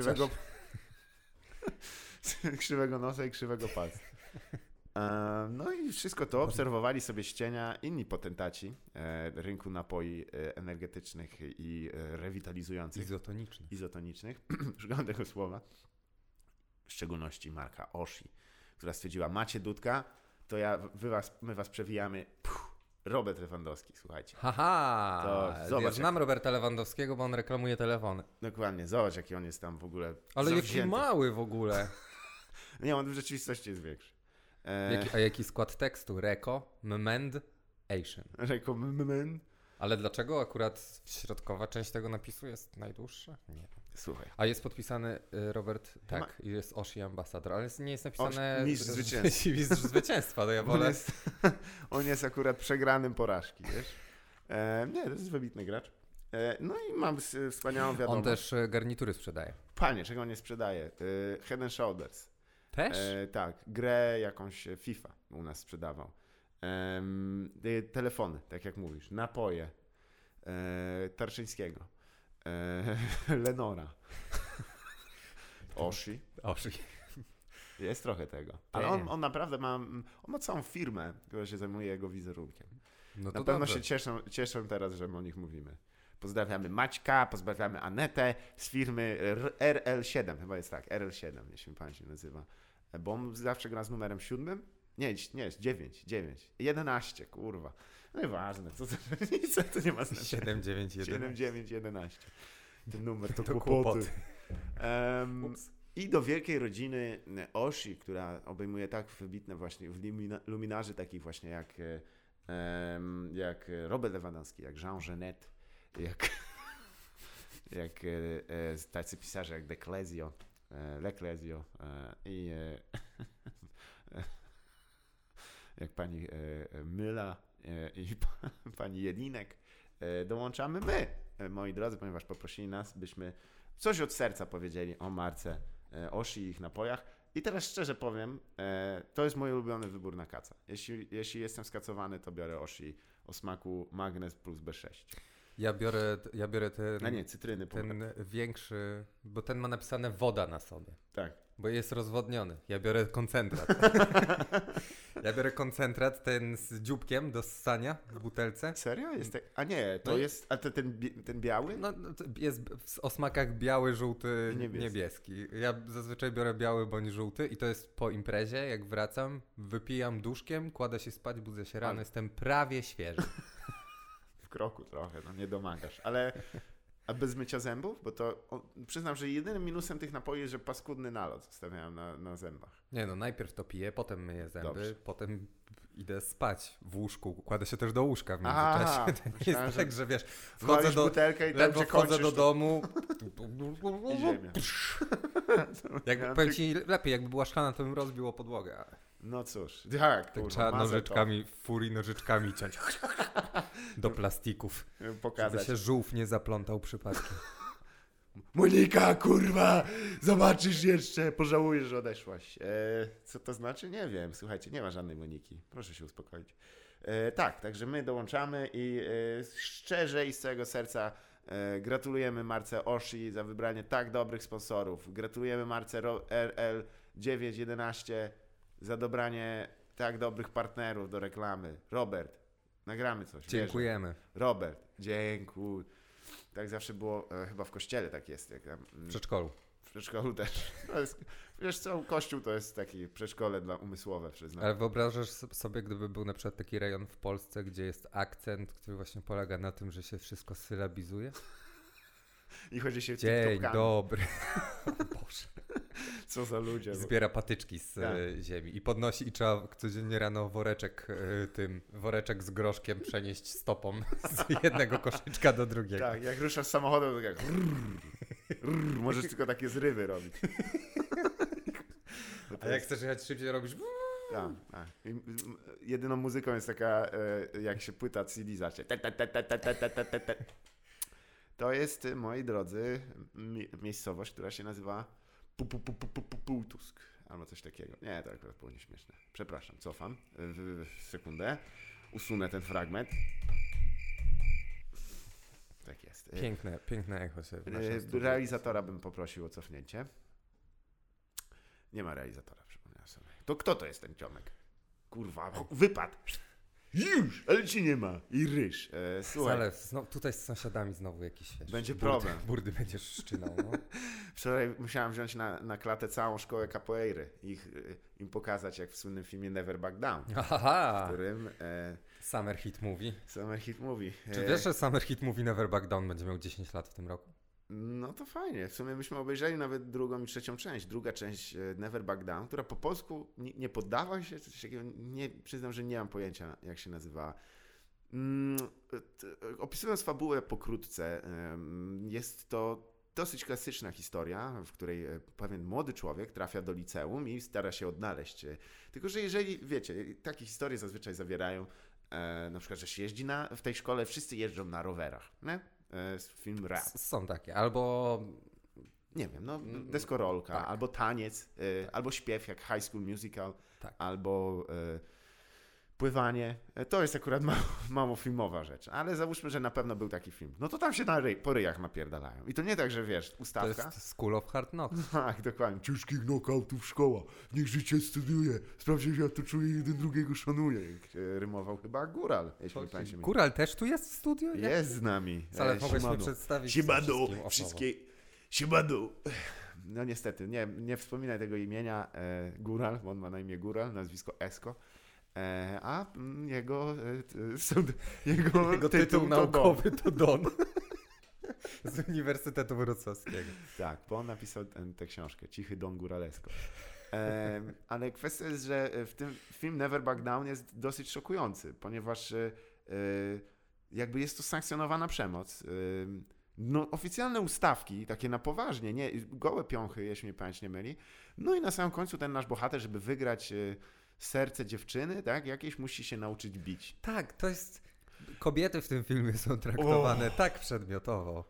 krzywego nosa i krzywego palca. No i wszystko to obserwowali sobie z cienia inni potentaci rynku napoi energetycznych i rewitalizujących. Izotonicznych. Szukam tego słowa. W szczególności marka Oshi, która stwierdziła, macie Dudka, to my was przewijamy. Robert Lewandowski, słuchajcie. Haha, ja znam Roberta Lewandowskiego, bo on reklamuje telefony. Dokładnie, zobacz jaki on jest tam w ogóle Ale zawzięty. jaki mały w ogóle. Nie, on w rzeczywistości jest większy. A jaki skład tekstu? Reko, Mend, Asian. Reko, Mend. Ale dlaczego akurat środkowa część tego napisu jest najdłuższa? Nie wiem. Słuchaj. A jest podpisany Robert, tak, i jest Oshi ambasador, ale nie jest napisane mistrz zwycięstwa. To ja wolę. On jest akurat przegranym porażki, wiesz? Nie, to jest wybitny gracz. No i mam wspaniałą wiadomość. On też garnitury sprzedaje. Panie, czego on nie sprzedaje? Head and Shoulders. Też? Tak, grę jakąś FIFA u nas sprzedawał. Telefony, tak jak mówisz, napoje Tarczyńskiego, Lenora, Oshi. Jest trochę tego. Ale on naprawdę on ma całą firmę, która się zajmuje jego wizerunkiem. No to na pewno dobrze. się cieszą teraz, że my o nich mówimy. Pozdrawiamy Maćka, pozdrawiamy Anetę z firmy RL7, chyba jest tak, RL7, jeśli mi pamięć się nazywa. Bo on zawsze gra z numerem 7? Nie, jest 9, 11, kurwa. Nieważne, to nie ma znaczenia. 7, 9, 11. 7, 9, 11. Ten numer to kłopoty. kłopoty. I do wielkiej rodziny Oshi, która obejmuje tak wybitne właśnie luminarzy takich właśnie jak Robert Lewandowski, jak Jean Genet, jak tacy pisarze jak Leclésio i jak pani Myla i pani Jelinek, dołączamy my, moi drodzy, ponieważ poprosili nas, byśmy coś od serca powiedzieli o marce Oshi i ich napojach. I teraz szczerze powiem, to jest mój ulubiony wybór na kaca. Jeśli jestem skacowany, to biorę Oshi o smaku magnez plus B6. Ja biorę cytryny. Ten większy, bo ten ma napisane woda na sobie. Tak. Bo jest rozwodniony. Ja biorę koncentrat. Ten z dzióbkiem do ssania w butelce. Serio? Jest tak? A nie, to jest... A ten biały? No, jest o smakach biały, żółty, niebieski. Ja zazwyczaj biorę biały bądź żółty i to jest po imprezie, jak wracam, wypijam duszkiem, kładę się spać, budzę się rano, jestem prawie świeży. W kroku trochę, no nie domagasz. Ale... A bez mycia zębów? Bo to przyznam, że jedynym minusem tych napoi jest, że paskudny nalot zostawiałem na zębach. Nie no, najpierw to piję, potem myję zęby, Dobrze. Potem idę spać w łóżku. Kładę się też do łóżka w międzyczasie. Myślałem, jest tak, że wiesz, butelkę i tam, gdzie wchodzę do domu i ziemia. Powiem ci lepiej, jakby była szklana, to bym rozbił o podłogę. No cóż, tak trzeba nożyczkami, furii nożyczkami ciąć do plastików, pokazać. żeby się żółw nie zaplątał przypadkiem. Monika, kurwa, zobaczysz jeszcze, pożałujesz, że odeszłaś. Co to znaczy? Nie wiem, słuchajcie, nie ma żadnej Moniki, proszę się uspokoić. Także my dołączamy i szczerze i z całego serca gratulujemy marce Oshi za wybranie tak dobrych sponsorów. Gratulujemy marce RL911 za dobranie tak dobrych partnerów do reklamy. Robert, nagramy coś. Dziękujemy. Wierzę. Robert, dziękuję. Tak zawsze było, chyba w kościele tak jest. Jak tam, w przedszkolu. W przedszkolu też. Wiesz co, kościół to jest takie przedszkole dla umysłowe, przyznam. Ale wyobrażasz sobie, gdyby był na przykład taki rejon w Polsce, gdzie jest akcent, który właśnie polega na tym, że się wszystko sylabizuje? I chodzi się Dzień TikTokami. dobry. Boże. Co za ludzie. Zbiera patyczki z ziemi i podnosi i trzeba codziennie rano woreczek z groszkiem przenieść stopą z jednego koszyczka do drugiego. Tak, jak ruszasz samochodem, to jak możesz tylko takie zrywy robić. A jak chcesz jechać szybciej, robisz... Tak, tak. Jedyną muzyką jest taka, jak się płyta CD zacznie. To jest, moi drodzy, miejscowość, która się nazywa Półtusk, albo coś takiego. Nie, to akurat było nieśmieszne. Przepraszam, cofam. Sekundę. Usunę ten fragment. Tak jest. Piękne echo się realizatora bym poprosił o cofnięcie. Nie ma realizatora, przypomniałem sobie. To kto to jest ten ciomek? Kurwa, wypadł. Już, ale ci nie ma. I ryż. Słuchaj. Ale tutaj z sąsiadami znowu jakiś będzie problem. Burdy będziesz szczynał. No. Wczoraj musiałem wziąć na klatę całą szkołę capoeiry i im pokazać, jak w słynnym filmie Never Back Down. Aha! W którym... Summer Hit Movie. Summer Hit Movie. Czy wiesz, że Summer Hit Movie Never Back Down będzie miał 10 lat w tym roku? No to fajnie. W sumie myśmy obejrzeli nawet drugą i trzecią część. Druga część Never Back Down, która po polsku nie poddawała się, coś takiego. Przyznam, że nie mam pojęcia, jak się nazywała. Opisując fabułę pokrótce, jest to dosyć klasyczna historia, w której pewien młody człowiek trafia do liceum i stara się odnaleźć. Tylko że jeżeli, wiecie, takie historie zazwyczaj zawierają na przykład, że się jeździ w tej szkole, wszyscy jeżdżą na rowerach, nie? Film rap. Są takie, albo... Nie wiem, no deskorolka, tak. Albo taniec, albo śpiew jak High School Musical, tak. Albo pływanie. To jest akurat mało filmowa rzecz, ale załóżmy, że na pewno był taki film. No to tam się po ryjach napierdalają. I to nie tak, że wiesz, ustawka. To jest School of Hard Knocks. Tak, dokładnie. Ciężkich knockoutów szkoła. Niech życie studiuje. Sprawdźcie, że ja to czuję i jeden drugiego szanuję. Jak rymował chyba Góral, jeśli nie pamiętam. Góral też tu jest w studiu? Jest z nami. Ale mogłeś mi przedstawić. Siemano, wszystkie... Siemano. No niestety, nie wspominaj tego imienia Góral, bo on ma na imię Góral, nazwisko Esko. A jego tytuł naukowy to Don. Z Uniwersytetu Wrocławskiego. Tak, bo on napisał tę książkę, Cichy Don Góralesko. Ale kwestia jest, że film Never Back Down jest dosyć szokujący, ponieważ jakby jest to sankcjonowana przemoc. No, oficjalne ustawki, takie na poważnie, nie, gołe piąchy, jeśli mnie pamięć nie myli. No i na samym końcu ten nasz bohater, żeby wygrać serce dziewczyny, tak, jakieś musi się nauczyć bić. Tak, to jest... Kobiety w tym filmie są traktowane tak przedmiotowo.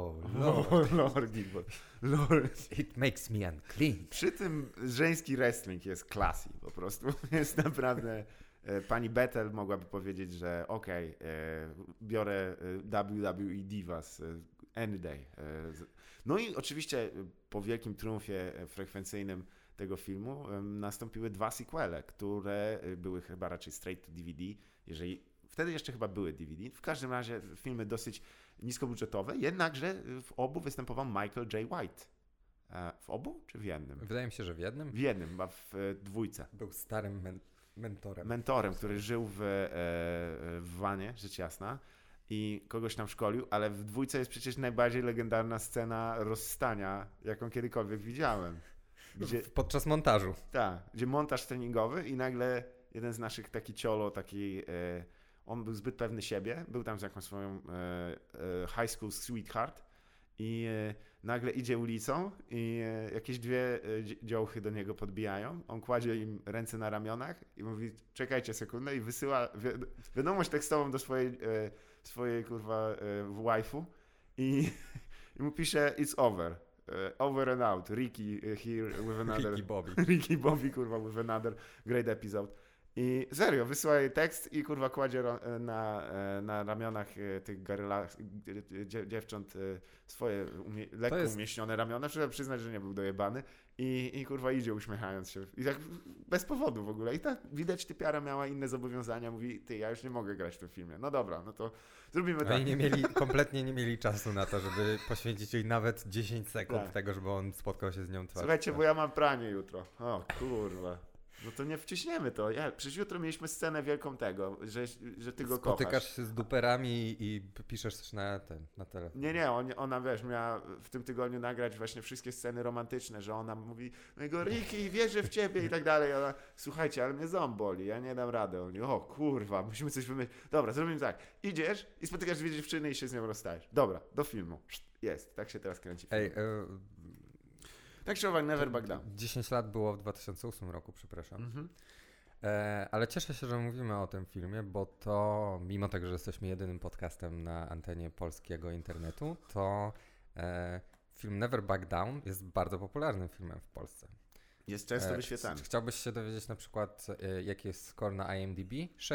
Lord. It makes me unclean. Przy tym żeński wrestling jest classy po prostu. Jest naprawdę... Pani Bethel mogłaby powiedzieć, że biorę WWE Divas any day. No i oczywiście po wielkim triumfie frekwencyjnym tego filmu nastąpiły 2 sequele, które były chyba raczej straight to DVD, wtedy jeszcze chyba były DVD. W każdym razie filmy dosyć niskobudżetowe, jednakże w obu występował Michael J. White. W obu czy w jednym? Wydaje mi się, że w jednym. W jednym, chyba w 2. Był starym mentorem. Mentorem, który żył w vanie, rzecz jasna, i kogoś tam szkolił, ale w 2 jest przecież najbardziej legendarna scena rozstania, jaką kiedykolwiek widziałem. Podczas montażu. Tak, gdzie montaż treningowy i nagle jeden z naszych taki ciolo, on był zbyt pewny siebie, był tam z jakąś swoją high school sweetheart i nagle idzie ulicą i jakieś 2 dziołchy do niego podbijają. On kładzie im ręce na ramionach i mówi, czekajcie sekundę, i wysyła wiadomość tekstową do swojej kurwa wife'u i mu pisze it's over. Over and out. Ricky here with another... Ricky Bobby, kurwa, with another great episode. I serio, wysyła jej tekst i kurwa kładzie na ramionach tych dziewcząt swoje lekko umieśnione ramiona. Trzeba przyznać, że nie był dojebany. I kurwa idzie uśmiechając się. I tak bez powodu w ogóle. I tak widać, typiara miała inne zobowiązania. Mówi, ja już nie mogę grać w tym filmie. No dobra, no to zrobimy tak. I kompletnie nie mieli czasu na to, żeby poświęcić jej nawet 10 sekund tego, żeby on spotkał się z nią twarzą. Słuchajcie, bo ja mam pranie jutro. O kurwa. No to nie wciśniemy to. Przecież jutro mieliśmy scenę wielką tego, że ty go kochasz. Spotykasz się z duperami i piszesz coś na telefon. Nie, ona wiesz, miała w tym tygodniu nagrać właśnie wszystkie sceny romantyczne, że ona mówi, mojego Ricky, wierzę w ciebie i tak dalej. I ona, słuchajcie, ale mnie ząb boli, ja nie dam rady. Oni, o kurwa, musimy coś wymyślić. Dobra, zrobimy tak. Idziesz i spotykasz dwie dziewczyny i się z nią rozstajesz. Dobra, do filmu. Jest, tak się teraz kręci film. Tak się Never Back Down. 10 lat było w 2008 roku, przepraszam. Ale cieszę się, że mówimy o tym filmie, bo to, mimo tego, że jesteśmy jedynym podcastem na antenie polskiego internetu, to film Never Back Down jest bardzo popularnym filmem w Polsce. Jest często wyświetlany. Chciałbyś się dowiedzieć na przykład, jaki jest score na IMDb?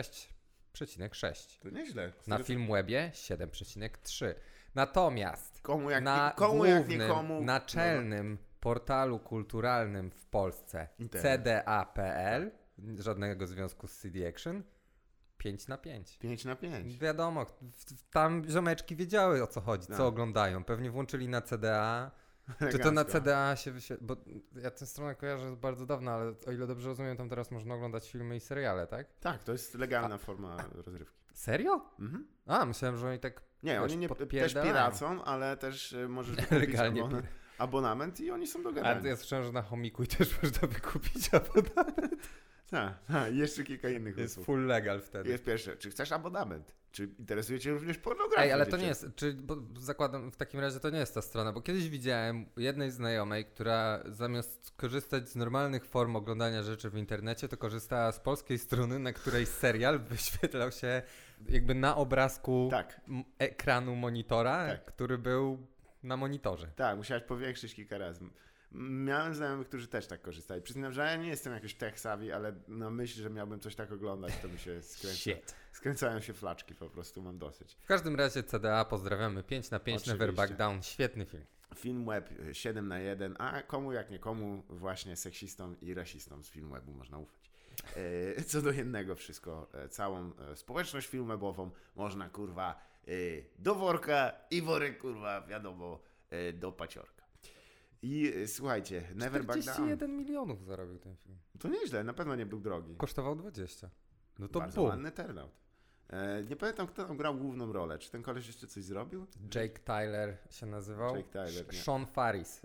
6,6. To nieźle. Na Filmwebie 7,3. Natomiast komu jak nie komu, naczelnym portalu kulturalnym w Polsce CDA.pl, żadnego związku z CD Action, 5/5. 5/5. Wiadomo, tam ziomeczki wiedziały, o co chodzi, co oglądają. Pewnie włączyli na CDA. Czy to na CDA się bo ja tę stronę kojarzę bardzo dawno, ale o ile dobrze rozumiem, tam teraz można oglądać filmy i seriale, tak? Tak, to jest legalna forma rozrywki. Serio? Mhm. Myślałem, że oni tak nie, oni nie też piracą, ale też możesz wykupić abonament i oni są dogadani. A ja słyszałem, że na Chomiku też można wykupić abonament. Tak, jeszcze kilka innych usług. Jest full legal wtedy. Jest pierwsze, czy chcesz abonament? Czy interesuje cię również pornografia? Ale to nie jest, bo zakładam, w takim razie to nie jest ta strona, bo kiedyś widziałem jednej znajomej, która zamiast korzystać z normalnych form oglądania rzeczy w internecie, to korzystała z polskiej strony, na której serial wyświetlał się jakby na obrazku ekranu monitora, który był na monitorze. Tak, musiałeś powiększyć kilka razy. Miałem znajomych, którzy też tak korzystali. Przyznam, że ja nie jestem jakoś tech savvy, ale na myśl, że miałbym coś tak oglądać, to mi się skręcają się flaczki, po prostu mam dosyć. W każdym razie CDA pozdrawiamy. 5/5 Never Back Down. Świetny film. Filmweb 7/1, a komu jak nie komu, właśnie seksistom i rasistom z Filmwebu można ufać. Co do jednego wszystko, całą społeczność filmwebową można kurwa do worka i worek kurwa wiadomo do paciorka. I słuchajcie, Never Back Down. 41 milionów zarobił ten film. To nieźle, na pewno nie był drogi. Kosztował 20. No to bardzo ładny turnout. Nie pamiętam, kto tam grał główną rolę. Czy ten koleś jeszcze coś zrobił? Jake Tyler się nazywał. Jake Tyler, nie. Sean Faris.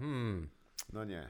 No nie.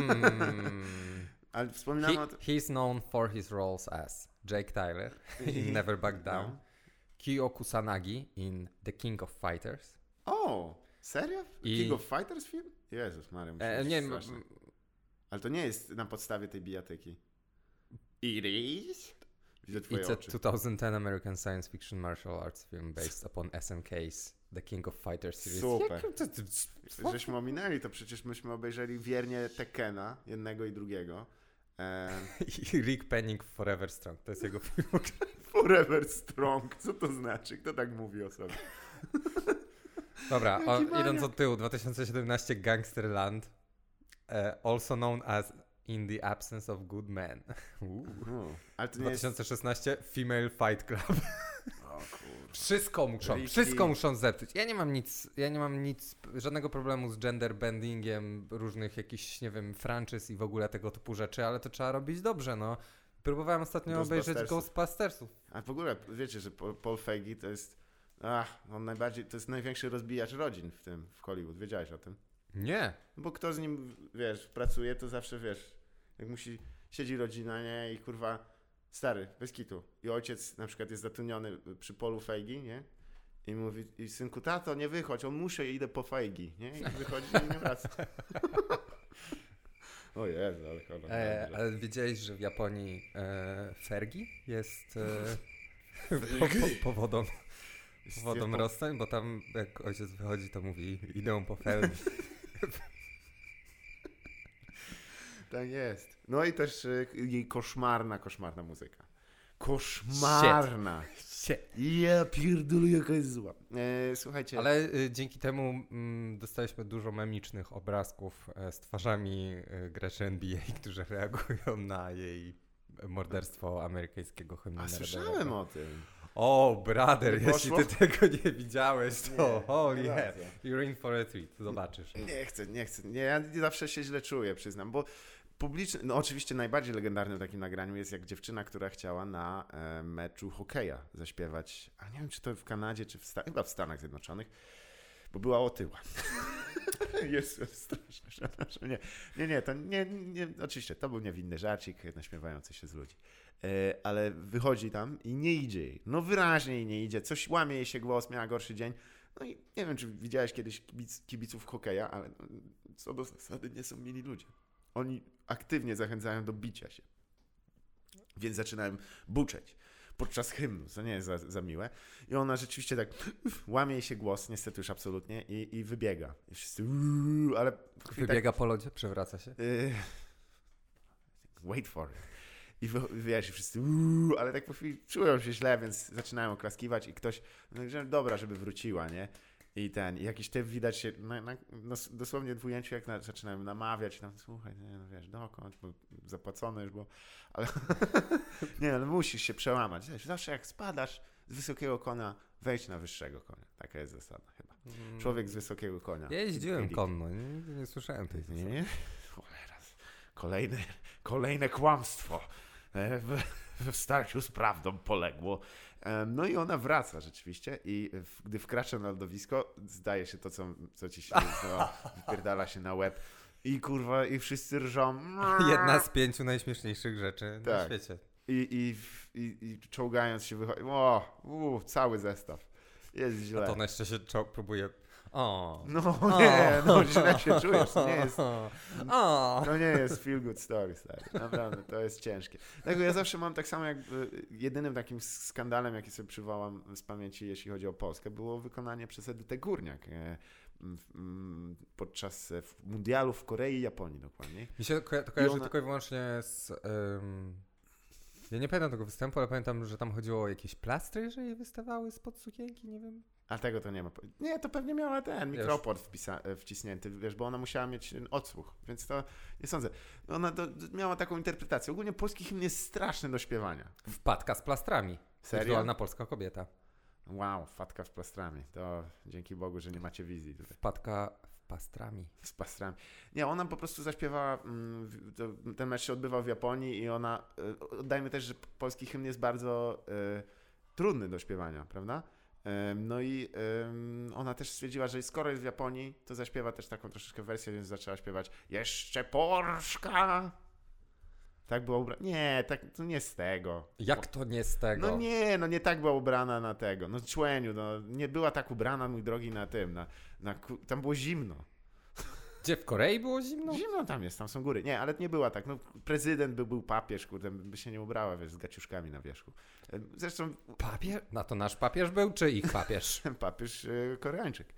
Ale wspominałem o He's known for his roles as Jake Tyler in Never Back Down. Kyo Kusanagi in The King of Fighters. O, serio? King of Fighters film? Jezus Maria. Nie, ale to nie jest na podstawie tej bijatyki. It is? Widzę twoje It's oczy. a 2010 American science fiction martial arts film based upon SNK's The King of Fighters series. Super. Żeśmy ominęli, to przecież myśmy obejrzeli wiernie Tekkena, jednego i drugiego. I Rick Penning Forever Strong, to jest jego film. Forever Strong, co to znaczy? Kto tak mówi o sobie? Dobra, idąc od tyłu, 2017 Gangsterland, also known as In the Absence of Good Men. Ale to nie 2016 jest... Female Fight Club. O kur... Wszystko muszą zepsuć. Ja nie mam nic, żadnego problemu z gender bendingiem różnych jakichś, nie wiem, franczyz i w ogóle tego typu rzeczy, ale to trzeba robić dobrze, no. Próbowałem ostatnio obejrzeć Ghostbustersów. A w ogóle wiecie, że Paul Feig to jest on to jest największy rozbijacz rodzin w Hollywood. Wiedziałeś o tym? Nie. Bo kto z nim, pracuje, to zawsze, jak siedzi rodzina, nie? I kurwa, stary, bez kitu. I ojciec na przykład jest zatrudniony przy Paulu Feigi, nie? I mówi, i synku, tato, nie wychodź, on muszę, idę po Feigi, nie? I wychodzi i nie wraca. O Jezu, ale cholera. Ale wiedziałeś, że w Japonii Fergie jest powodą rozstań, bo tam jak ojciec wychodzi, to mówi, idę po Fergie. Tak jest. No i też jej koszmarna muzyka. Koszmarna. Shit. Ja pierdolę, jaka jest zła. Słuchajcie. Ale dzięki temu dostaliśmy dużo memicznych obrazków z twarzami graczy NBA, którzy reagują na jej morderstwo amerykańskiego hymnu narodowego. Słyszałem o tym. O, brother, jeśli ty tego nie widziałeś, to holy hell, you're in for a treat, zobaczysz. Nie chcę. Nie, ja zawsze się źle czuję, przyznam, bo publiczny, no oczywiście najbardziej legendarnym takim nagraniu jest jak dziewczyna, która chciała na meczu hokeja zaśpiewać, a nie wiem czy to w Kanadzie, czy chyba w Stanach Zjednoczonych, bo była otyła. Jest straszne. Nie, to nie, oczywiście to był niewinny żarcik naśmiewający się z ludzi. Ale wychodzi tam i nie idzie jej. No wyraźnie jej nie idzie, coś łamie jej się głos, miała gorszy dzień. No i nie wiem, czy widziałeś kiedyś kibiców hokeja, ale co do zasady nie są mili ludzie. Oni aktywnie zachęcają do bicia się. Więc zaczynałem buczeć podczas hymnu, co nie jest za miłe. I ona rzeczywiście tak łamie jej się głos, niestety już absolutnie, i wybiega. I wszyscy ale... Wybiega po lodzie, przewraca się? Wait for it. I wiesz, wszyscy ale tak po chwili czują się źle, więc zaczynają oklaskiwać i ktoś, no, że dobra, żeby wróciła, nie? I jakiś typ widać się, dosłownie w ujęciu, jak zaczynałem namawiać, tam, słuchaj, nie, no wiesz, dokąd, bo zapłacone już było, ale nie, ale musisz się przełamać. Wiesz, zawsze jak spadasz z wysokiego konia, wejdź na wyższego konia. Taka jest zasada chyba. Człowiek z wysokiego konia. Ja jeździłem konno, nie słyszałem tej zasady. Nie? Kolejne kłamstwo w starciu z prawdą poległo. No i ona wraca rzeczywiście i gdy wkracza na lodowisko, zdaje się to, co ci się wypierdala się na łeb i kurwa, i wszyscy rżą. Jedna z 5 najśmieszniejszych rzeczy na świecie. I czołgając się wychodzi. Cały zestaw. Jest źle. A to ona jeszcze się próbuje... Źle się czujesz. To nie jest feel good story, stary. Naprawdę, to jest ciężkie. Dlatego ja zawsze mam tak samo, jak jedynym takim skandalem, jaki sobie przywołam z pamięci, jeśli chodzi o Polskę, było wykonanie przez Edytę Górniak podczas mundialu w Korei i Japonii dokładnie. Mi się to kojarzy tylko i wyłącznie z... Ja nie pamiętam tego występu, ale pamiętam, że tam chodziło o jakieś plastry, że je wystawały spod sukienki, nie wiem. A tego to nie ma. Nie, to pewnie miała ten mikroport wcisnięty, wiesz, bo ona musiała mieć odsłuch, więc to nie sądzę. Ona miała taką interpretację. Ogólnie polski hymn jest straszny do śpiewania. Wpadka z plastrami. Serio? Wirtualna polska kobieta. Wow, wpadka z plastrami. To dzięki Bogu, że nie macie wizji tutaj. Wpadka pastrami. Z pastrami. Nie, ona po prostu zaśpiewała, ten mecz się odbywał w Japonii i ona, dajmy też, że polski hymn jest bardzo trudny do śpiewania, prawda? No i ona też stwierdziła, że skoro jest w Japonii, to zaśpiewa też taką troszeczkę wersję, więc zaczęła śpiewać jeszcze Porszka. Tak była ubrana? Nie, to nie z tego. Jak to nie z tego? Nie tak była ubrana na tego. No człeniu, nie była tak ubrana, mój drogi, na tym, tam było zimno. Gdzie, w Korei było zimno? Zimno tam jest, tam są góry. Nie, ale nie była tak. No, prezydent był papież, kurde, by się nie ubrała, wiesz, z gaciuszkami na wierzchu. Zresztą... Papież? No to nasz papież był, czy ich papież? Papież Koreańczyk.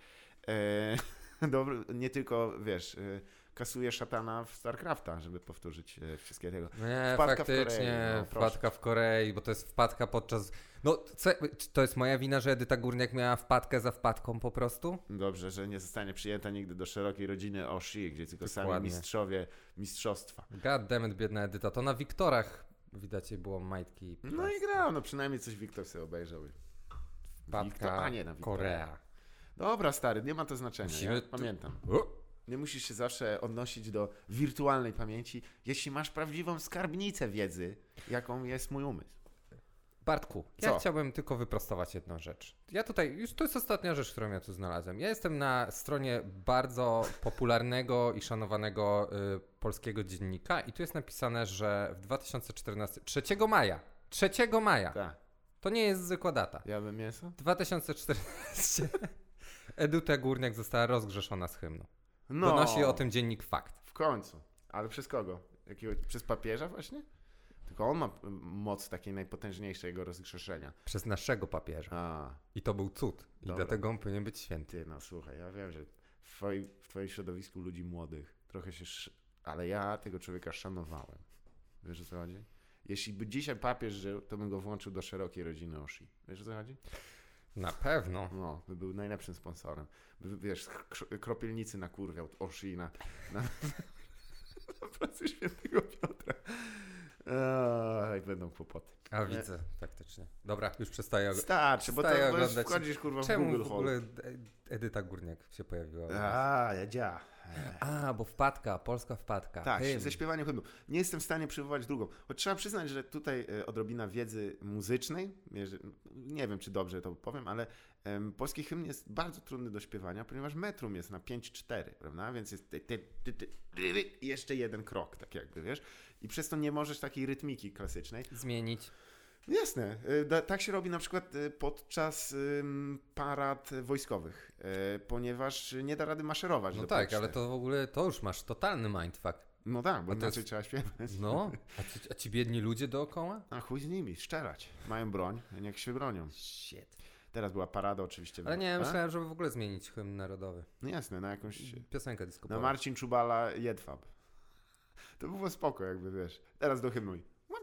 Dobry, nie tylko, wiesz, kasuje szatana w StarCrafta, żeby powtórzyć wszystkie tego. Nie, wpadka faktycznie, wpadka w Korei, bo to jest wpadka podczas... No, czy to jest moja wina, że Edyta Górniak miała wpadkę za wpadką po prostu? Dobrze, że nie zostanie przyjęta nigdy do szerokiej rodziny Oshi, gdzie tylko Dokładnie. sami mistrzowie mistrzostwa. God damn it, biedna Edyta. To na Wiktorach widać jej było majtki. No i grał, przynajmniej coś Wiktor sobie obejrzał. Wpadka, nie, na Korea. Dobra, stary, nie ma to znaczenia, ja pamiętam. Nie musisz się zawsze odnosić do wirtualnej pamięci, jeśli masz prawdziwą skarbnicę wiedzy, jaką jest mój umysł. Bartku, ja chciałbym tylko wyprostować jedną rzecz. Ja tutaj, już to jest ostatnia rzecz, którą ja tu znalazłem. Ja jestem na stronie bardzo popularnego i szanowanego polskiego dziennika i tu jest napisane, że w 2014, 3 maja, Tak. To nie jest zwykła data. Jadłem mięso? 2014 Edyta Górniak została rozgrzeszona z hymnu. Donosi o tym dziennik Fakt. W końcu. Ale przez kogo? Przez papieża właśnie? Tylko on ma moc takiej najpotężniejszej jego rozgrzeszenia. Przez naszego papieża. I to był cud. I dlatego on powinien być święty. No słuchaj, ja wiem, że w twoim środowisku ludzi młodych trochę się... Ale ja tego człowieka szanowałem. Wiesz o co chodzi? Jeśli by dzisiaj papież żył, to bym go włączył do szerokiej rodziny Oshi. Wiesz o co chodzi? Na pewno. No, by był najlepszym sponsorem. Wiesz, kropielnicy nakurwiał Oshi na pracy świętego Piotra. będą kłopoty. A widzę, faktycznie. Dobra, już przestaję Starczy, bo przestaję to oglądać. wchodzisz kurwa w Czemu Google w Hall. ogóle Edyta Górniak się pojawiła? Jadzia. Bo wpadka, polska wpadka. Tak, Hymn. ze śpiewaniem hymnu. Nie jestem w stanie przywołać drugą. Choć trzeba przyznać, że tutaj odrobina wiedzy muzycznej, nie wiem, czy dobrze to powiem, ale polski hymn jest bardzo trudny do śpiewania, ponieważ metrum jest na 5-4, prawda? Więc jest i jeszcze jeden krok, tak jakby, wiesz? I przez to nie możesz takiej rytmiki klasycznej Zmienić. Jasne. Tak się robi na przykład podczas parad wojskowych, ponieważ nie da rady maszerować. No do tak, poczty. ale to w ogóle, to już masz totalny mindfuck. No tak, bo A to inaczej jest- trzeba śpiewać. No, a ci biedni ludzie dookoła? A chuj z nimi, szczerać. Mają broń, niech się bronią. Shit. Teraz była parada oczywiście. Ale nie, A? myślałem, żeby w ogóle zmienić hymn narodowy. No jasne, na jakąś... Piosenkę disco Na polo. Marcin Czubala Jedwab. To było spoko, jakby wiesz. Teraz do hymnu.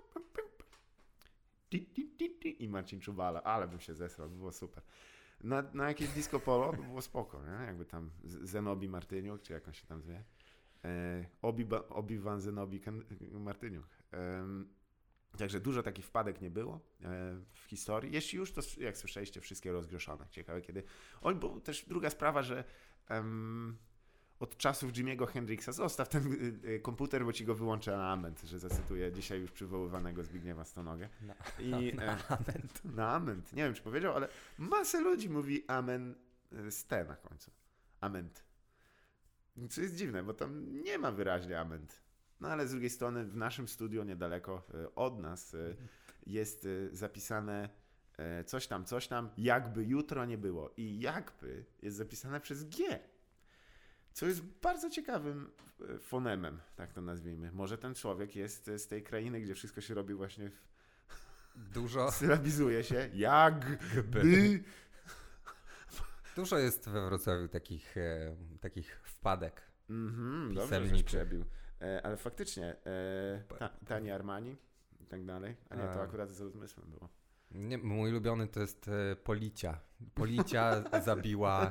I Marcin Czubala. Ale bym się zesrał, to było super. Na jakieś disco polo to było spoko, nie? Jakby tam Zenobi Martyniuk, czy jak on się tam zwie. Obi-Wan Zenobi Martyniuk. Także dużo takich wpadek nie było w historii. Jeśli już, to jak słyszeliście, wszystkie rozgrzeszone. Ciekawe kiedy... bo też druga sprawa, że od czasów Jimmy'ego Hendrixa zostaw ten komputer, bo ci go wyłączę na ament, że zacytuję dzisiaj już przywoływanego Zbigniewa Stonogę. Na ament. Nie wiem, czy powiedział, ale masę ludzi mówi amen z T na końcu. Ament. Co jest dziwne, bo tam nie ma wyraźnie ament. No ale z drugiej strony w naszym studiu niedaleko od nas jest zapisane coś tam, jakby jutro nie było. I jakby jest zapisane przez G. Co jest bardzo ciekawym fonemem, tak to nazwijmy. Może ten człowiek jest z tej krainy, gdzie wszystko się robi właśnie Dużo. sylabizuje się. Jakby. Dużo jest we Wrocławiu takich wpadek. Dobrze, żeś Pisemniczych. przebił. Ale faktycznie, Tani Armani i tak dalej. A nie, to akurat z rozmysłem było. Nie, mój ulubiony to jest Policia. Policia zabiła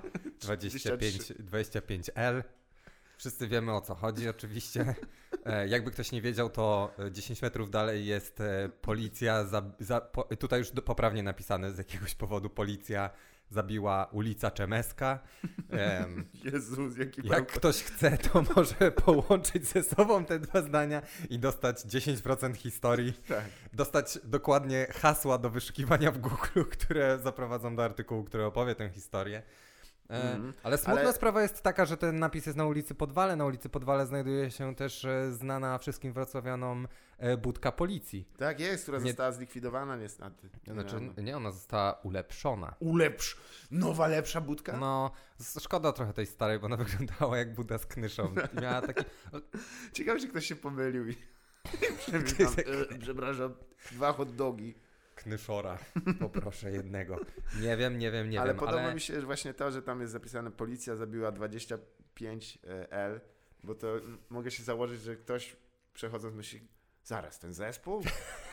25L. Wszyscy wiemy, o co chodzi oczywiście. Jakby ktoś nie wiedział, to 10 metrów dalej jest policja. Tutaj już poprawnie napisane z jakiegoś powodu policja zabiła ulica Czemeska. Jezus, jaki Jak ktoś chce, to może połączyć ze sobą te dwa zdania i dostać 10% historii. Tak. Dostać dokładnie hasła do wyszukiwania w Google, które zaprowadzą do artykułu, który opowie tę historię. Ale smutna sprawa jest taka, że ten napis jest na ulicy Podwale. Na ulicy Podwale znajduje się też znana wszystkim wrocławianom budka policji. Tak jest, która została zlikwidowana niestety. Znaczy, nie, ona została ulepszona. Nowa, lepsza budka? No, szkoda trochę tej starej, bo ona wyglądała jak buda z knyszą. Miała taki... Ciekawe, czy ktoś się pomylił i przepraszam, 2 hot dogi. Knyszora, poproszę jednego. Nie wiem. Ale podoba mi się właśnie to, że tam jest zapisane policja zabiła 25L, bo to mogę się założyć, że ktoś przechodząc myśli, zaraz, ten zespół?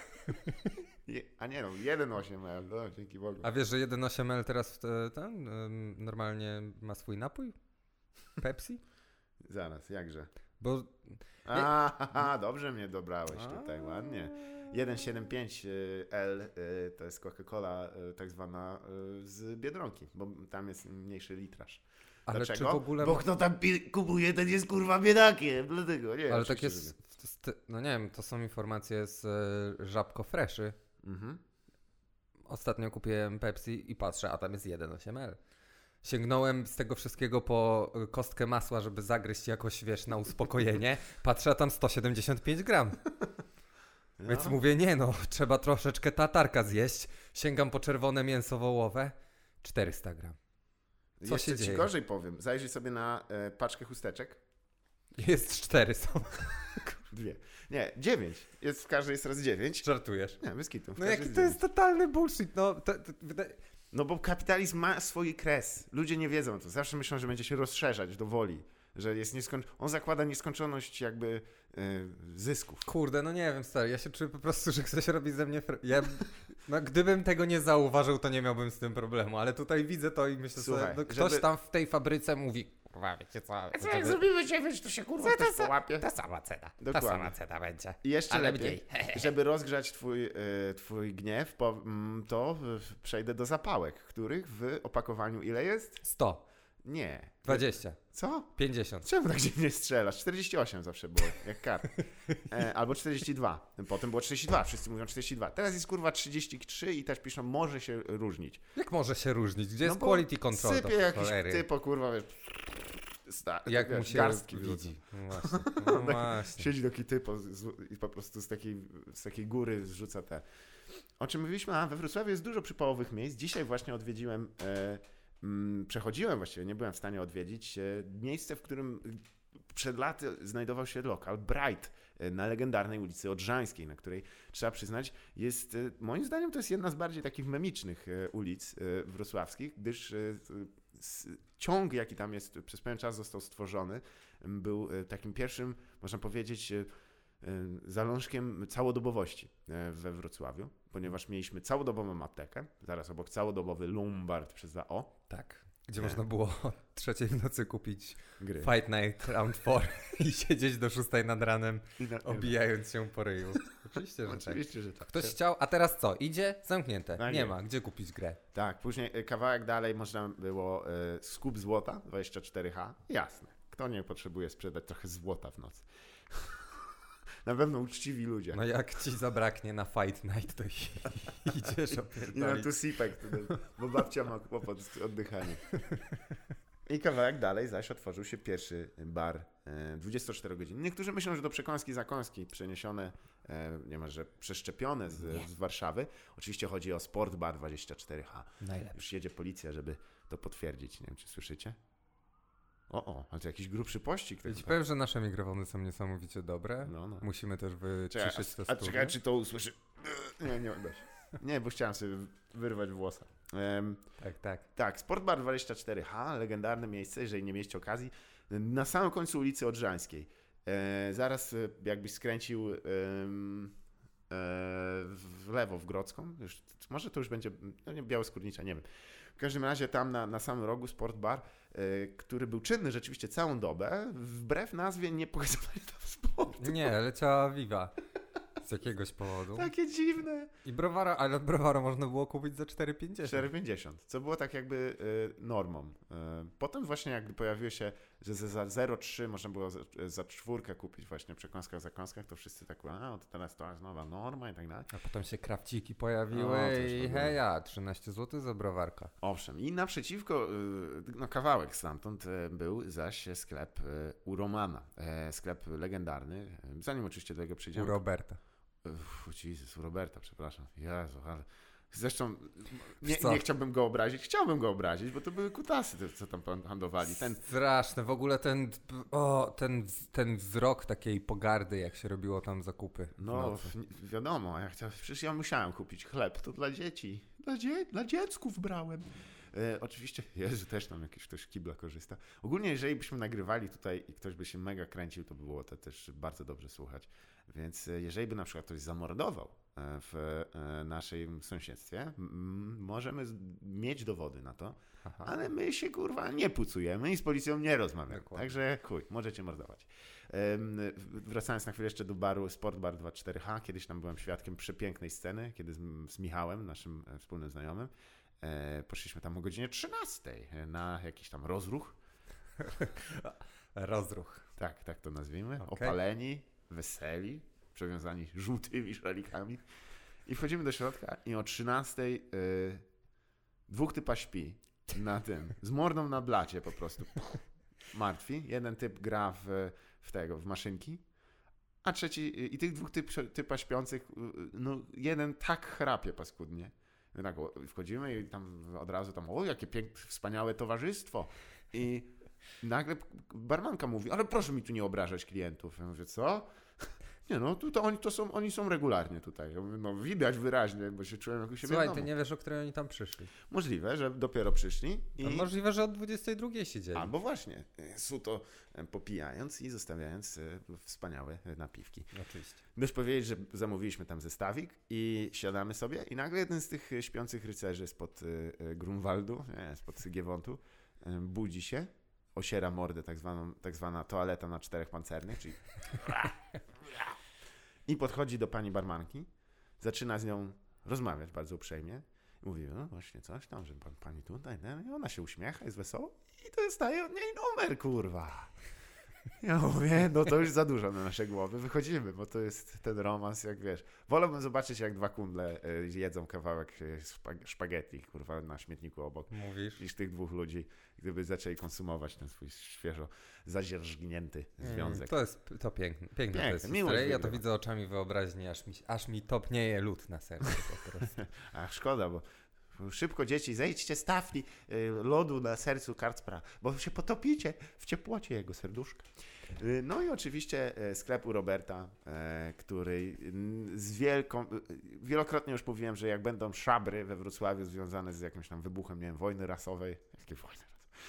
A nie no, 1,8L, no dzięki Bogu. A wiesz, że 1,8L teraz normalnie ma swój napój? Pepsi? Zaraz, jakże? Bo... Dobrze mnie dobrałeś tutaj, ładnie. 1,75L to jest Coca-Cola tak zwana z Biedronki, bo tam jest mniejszy litraż. Ale Dlaczego? czy w ogóle... Bo kto tam kupuje, ten jest kurwa biedakiem, dlatego, nie. Ale tak jest, no nie wiem, to są informacje z Żabko Freszy. Ostatnio kupiłem Pepsi i patrzę, a tam jest 1,8L. Sięgnąłem z tego wszystkiego po kostkę masła, żeby zagryźć jakoś, wiesz, na uspokojenie. Patrzę, a tam 175 gram. No. Więc mówię, nie no, trzeba troszeczkę tatarka zjeść. Sięgam po czerwone mięso wołowe. 400 gram. Co Jeszcze się ci dzieje? gorzej powiem. Zajrzyj sobie na paczkę chusteczek. Jest 4 są. 2. Nie, 9. Jest w każdej jest raz 9. Żartujesz. Nie, bez kitu. No jaki to jest totalny bullshit. No bo kapitalizm ma swój kres. Ludzie nie wiedzą to. Zawsze myślą, że będzie się rozszerzać do woli. Że jest on zakłada nieskończoność jakby zysków. Kurde, no nie wiem, stary. Ja się czuję po prostu, że ktoś robi ze mnie... No gdybym tego nie zauważył, to nie miałbym z tym problemu. Ale tutaj widzę to i myślę Słuchaj, sobie, no, ktoś tam w tej fabryce mówi Kurwa, wiecie co? A co jak zrobimy 9, to się kurwa też połapie. Ta sama cena. Dokładnie. Ta sama cena będzie. I jeszcze Ale lepiej, mniej. żeby rozgrzać twój gniew, to przejdę do zapałek, których w opakowaniu ile jest? 100, Nie. 20, Co? 50. Czemu tak dziwnie strzelasz? 48 zawsze było, jak kart. Albo 42. Potem było 42, wszyscy mówią 42. Teraz jest kurwa 33 i też piszą, może się różnić. Jak może się różnić? Gdzie jest bo quality control? sypie do jakiś cholery? typo, kurwa, wiesz, Jak mu się garstki wrzuca. widzi. No właśnie. No właśnie. Siedzi taki typo i po prostu z takiej góry zrzuca te. O czym mówiliśmy? We Wrocławiu jest dużo przypałowych miejsc. Dzisiaj właśnie odwiedziłem, przechodziłem właściwie, nie byłem w stanie odwiedzić, miejsce, w którym przed laty znajdował się lokal Bright na legendarnej ulicy Odrzańskiej, na której trzeba przyznać jest, moim zdaniem to jest jedna z bardziej takich memicznych ulic wrocławskich, gdyż ciąg, jaki tam jest, przez pewien czas został stworzony, był takim pierwszym, można powiedzieć, zalążkiem całodobowości we Wrocławiu, ponieważ mieliśmy całodobową aptekę, zaraz obok całodobowy Lombard przez O. Tak. Gdzie można było o 3:00 w nocy kupić Gry. Fight Night Round 4 i siedzieć do 6:00 nad ranem, obijając się po ryju. Oczywiście, że tak. Oczywiście, że tak. Ktoś chciał, a teraz co? Idzie? Zamknięte. No nie nie. ma. Gdzie kupić grę? Tak, później kawałek dalej można było skup złota 24H. Jasne. Kto nie potrzebuje sprzedać trochę złota w nocy? Na pewno uczciwi ludzie. No jak ci zabraknie na Fight Night, to idziesz I na opierdolić. tu sipek, bo babcia ma kłopot z oddychaniem. I kawałek dalej zaś otworzył się pierwszy bar 24 godziny. Niektórzy myślą, że to przekąski, zakąski przeniesione, niemalże przeszczepione z Warszawy. Oczywiście chodzi o Sport Bar 24H. Najlepszy. Już jedzie policja, żeby to potwierdzić. Nie wiem, czy słyszycie? A to jakiś grubszy pościg. Ja ci powiem, że nasze mikrofony są niesamowicie dobre. No. Musimy też wyciszyć to A studio. czekaj, czy to usłyszy? Nie uda się. Nie, bo chciałem sobie wyrwać włosa. Tak. Tak, Sportbar 24H, legendarne miejsce, jeżeli nie mieliście okazji, na samym końcu ulicy Odrzańskiej. Zaraz jakbyś skręcił w lewo, w Grodzką, już, może to już będzie, no nie, Białoskórnicza, nie wiem. W każdym razie tam na samym rogu Sportbar, który był czynny rzeczywiście całą dobę, wbrew nazwie nie pokazywali tam sportu. Nie, leciała Viva. Z jakiegoś powodu. Takie dziwne. I browara, ale browara można było kupić za 4,50. 4,50, co było tak jakby normą. Potem właśnie jak pojawiło się, że za 0,3 można było za czwórkę kupić właśnie przekąskach, zakąskach, to wszyscy tak, to teraz to jest nowa norma i tak dalej. A potem się krawciki pojawiły to już i w ogóle. heja, 13 zł za browarka. Owszem, i naprzeciwko, kawałek stamtąd był zaś sklep u Romana. Sklep legendarny, zanim oczywiście do tego U przyjdziemy. Roberta. Jezus, u Roberta, przepraszam. Jezu, ale... Zresztą Co? nie chciałbym go obrazić. Chciałbym go obrazić, bo to były kutasy, co tam handlowali. Straszne, w ogóle ten wzrok takiej pogardy, jak się robiło tam zakupy. No, wiadomo, przecież ja musiałem kupić chleb, to dla dzieci. Dla dziecków brałem. Oczywiście, Jezu, też tam jakiś ktoś kibla korzysta. Ogólnie, jeżeli byśmy nagrywali tutaj i ktoś by się mega kręcił, to by było to też bardzo dobrze słuchać. Więc jeżeli by na przykład ktoś zamordował w naszym sąsiedztwie, możemy mieć dowody na to, Aha. ale my się kurwa nie pucujemy i z policją nie rozmawiamy. Dokładnie. Także możecie mordować. Wracając na chwilę jeszcze do baru Sportbar 24H, kiedyś tam byłem świadkiem przepięknej sceny, kiedy z Michałem, naszym wspólnym znajomym, poszliśmy tam o godzinie 13 na jakiś tam rozruch. Rozruch. Tak to nazwijmy. Okay. Opaleni, weseli, przewiązani żółtymi szalikami. I wchodzimy do środka i o 13 dwóch typa śpi na tym, z mordą na blacie po prostu. Martwi. Jeden typ gra w maszynki, a trzeci, i tych dwóch typa śpiących, no jeden tak chrapie paskudnie. Tak, wchodzimy i tam od razu jakie piękne, wspaniałe towarzystwo. I nagle barmanka mówi, ale proszę mi tu nie obrażać klientów. Ja mówię, co? Nie no, oni są regularnie tutaj. Ja mówię, no widać wyraźnie, bo się czułem jak u siebie w Słuchaj, domu. ty nie wiesz, o której oni tam przyszli. Możliwe, że dopiero przyszli. A możliwe, że od 22 siedzieli. Albo właśnie, suto popijając i zostawiając wspaniałe napiwki. Oczywiście. Dość powiedzieć, że zamówiliśmy tam zestawik i siadamy sobie i nagle jeden z tych śpiących rycerzy spod Grunwaldu, spod Giewontu, budzi się, osiera mordę, tak zwana toaleta na 4 pancernych, czyli i podchodzi do pani barmanki, zaczyna z nią rozmawiać bardzo uprzejmie. Mówi, no właśnie coś tam, że pani tutaj, i ona się uśmiecha, jest wesoło i to dostaje od niej numer, kurwa. Ja mówię, no to już za dużo na nasze głowy, wychodzimy, bo to jest ten romans, jak wiesz. Wolałbym zobaczyć, jak 2 kundle jedzą kawałek szpaghetti, kurwa, na śmietniku obok. Mówisz? Niż tych 2 ludzi, gdyby zaczęli konsumować ten swój świeżo zadzierżgnięty związek. To piękne to jest miłość. Ja to widzę oczami wyobraźni, aż mi topnieje lód na sercu po prostu. Ach, szkoda, bo szybko dzieci, zejdźcie z tafli lodu na sercu Kartspra, bo się potopicie w ciepłocie jego serduszka. No i oczywiście sklep u Roberta, który wielokrotnie już mówiłem, że jak będą szabry we Wrocławiu związane z jakimś tam wybuchem, nie wiem, wojny rasowej, jakie wojny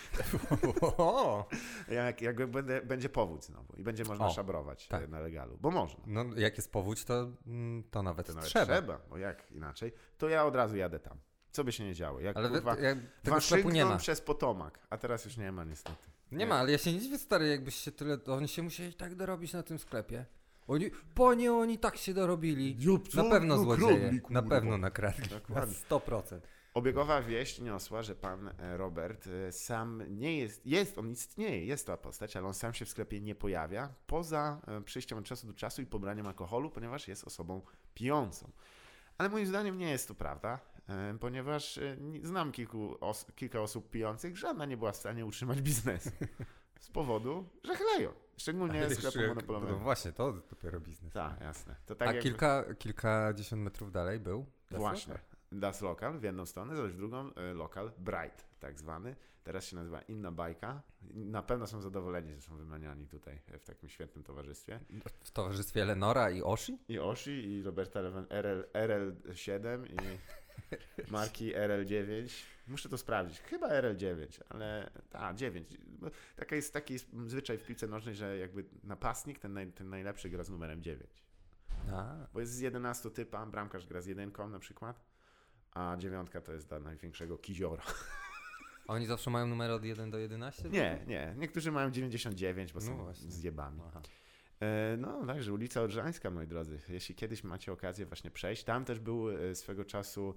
jak będzie powódź znowu i będzie można szabrować na legalu, bo można. No jak jest powódź, to nawet trzeba, bo jak inaczej, to ja od razu jadę tam. Co by się nie działo. Jak, ale kurwa, tego sklepu nie ma. Przez Potomak, a teraz już nie ma niestety. Nie ma, ale ja się nie dziwię, stary, jakbyś się oni się musieli tak dorobić na tym sklepie. Oni tak się dorobili. Na pewno złodzieje, na pewno nakradli. Na 100%. Obiegowa wieść niosła, że pan Robert sam nie jest, on istnieje, jest to postać, ale on sam się w sklepie nie pojawia, poza przyjściem od czasu do czasu i pobraniem alkoholu, ponieważ jest osobą pijącą. Ale moim zdaniem nie jest to prawda, ponieważ znam kilka osób pijących, żadna nie była w stanie utrzymać biznesu. Z powodu, że chleją. Szczególnie sklepu monopolowego. No właśnie, to dopiero biznes. Tak, jasne. To tak kilkadziesiąt metrów dalej był? Właśnie. Das Lokal w jedną stronę, zaś w drugą lokal Bright, tak zwany. Teraz się nazywa Inna Bajka. Na pewno są zadowoleni, że są wymieniani tutaj w takim świetnym towarzystwie. W towarzystwie Lenora i Oshi? I Oshi, i Roberta RL7 i marki RL9. Muszę to sprawdzić. Chyba RL9, ale 9. Taki jest zwyczaj w piłce nożnej, że jakby napastnik, ten najlepszy gra z numerem 9. Bo jest z 11 typa, bramkarz gra z 1 na przykład, a 9 to jest dla największego kiziora. A oni zawsze mają numery od 1 do 11? Nie. Niektórzy mają 99, bo są zjebami. No, także ulica Odrzańska, moi drodzy. Jeśli kiedyś macie okazję właśnie przejść, tam też był swego czasu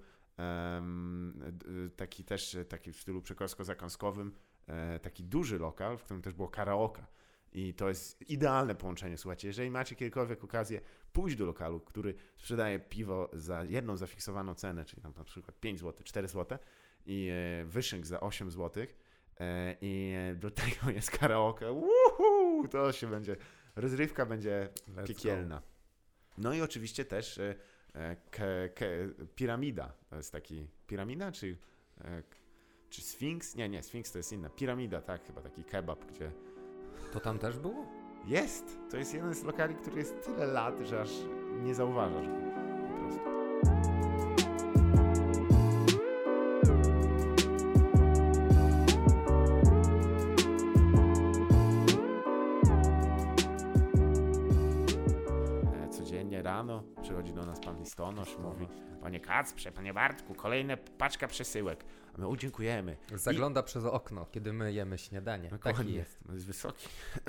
taki w stylu przekorsko-zakąskowym, taki duży lokal, w którym też było karaoke. I to jest idealne połączenie. Słuchajcie, jeżeli macie kiedykolwiek okazję pójść do lokalu, który sprzedaje piwo za jedną zafiksowaną cenę, czyli tam na przykład 5 zł, 4 zł i wyszynk za 8 zł i do tego jest karaoke, to się będzie, rozrywka będzie piekielna. No i oczywiście też piramida, to jest taki, piramida czy Sfinks? Nie, Sfinks to jest inna. Piramida, tak, chyba taki kebab, gdzie... To tam też było? Jest! To jest jeden z lokali, który jest tyle lat, że aż nie zauważasz go po prostu. Codziennie rano przychodzi do nas pan listonosz, mówi: panie Kacprze, panie Bartku, kolejna paczka przesyłek. A my dziękujemy. Zagląda przez okno, kiedy my jemy śniadanie. Taki jest. Jest wysoki.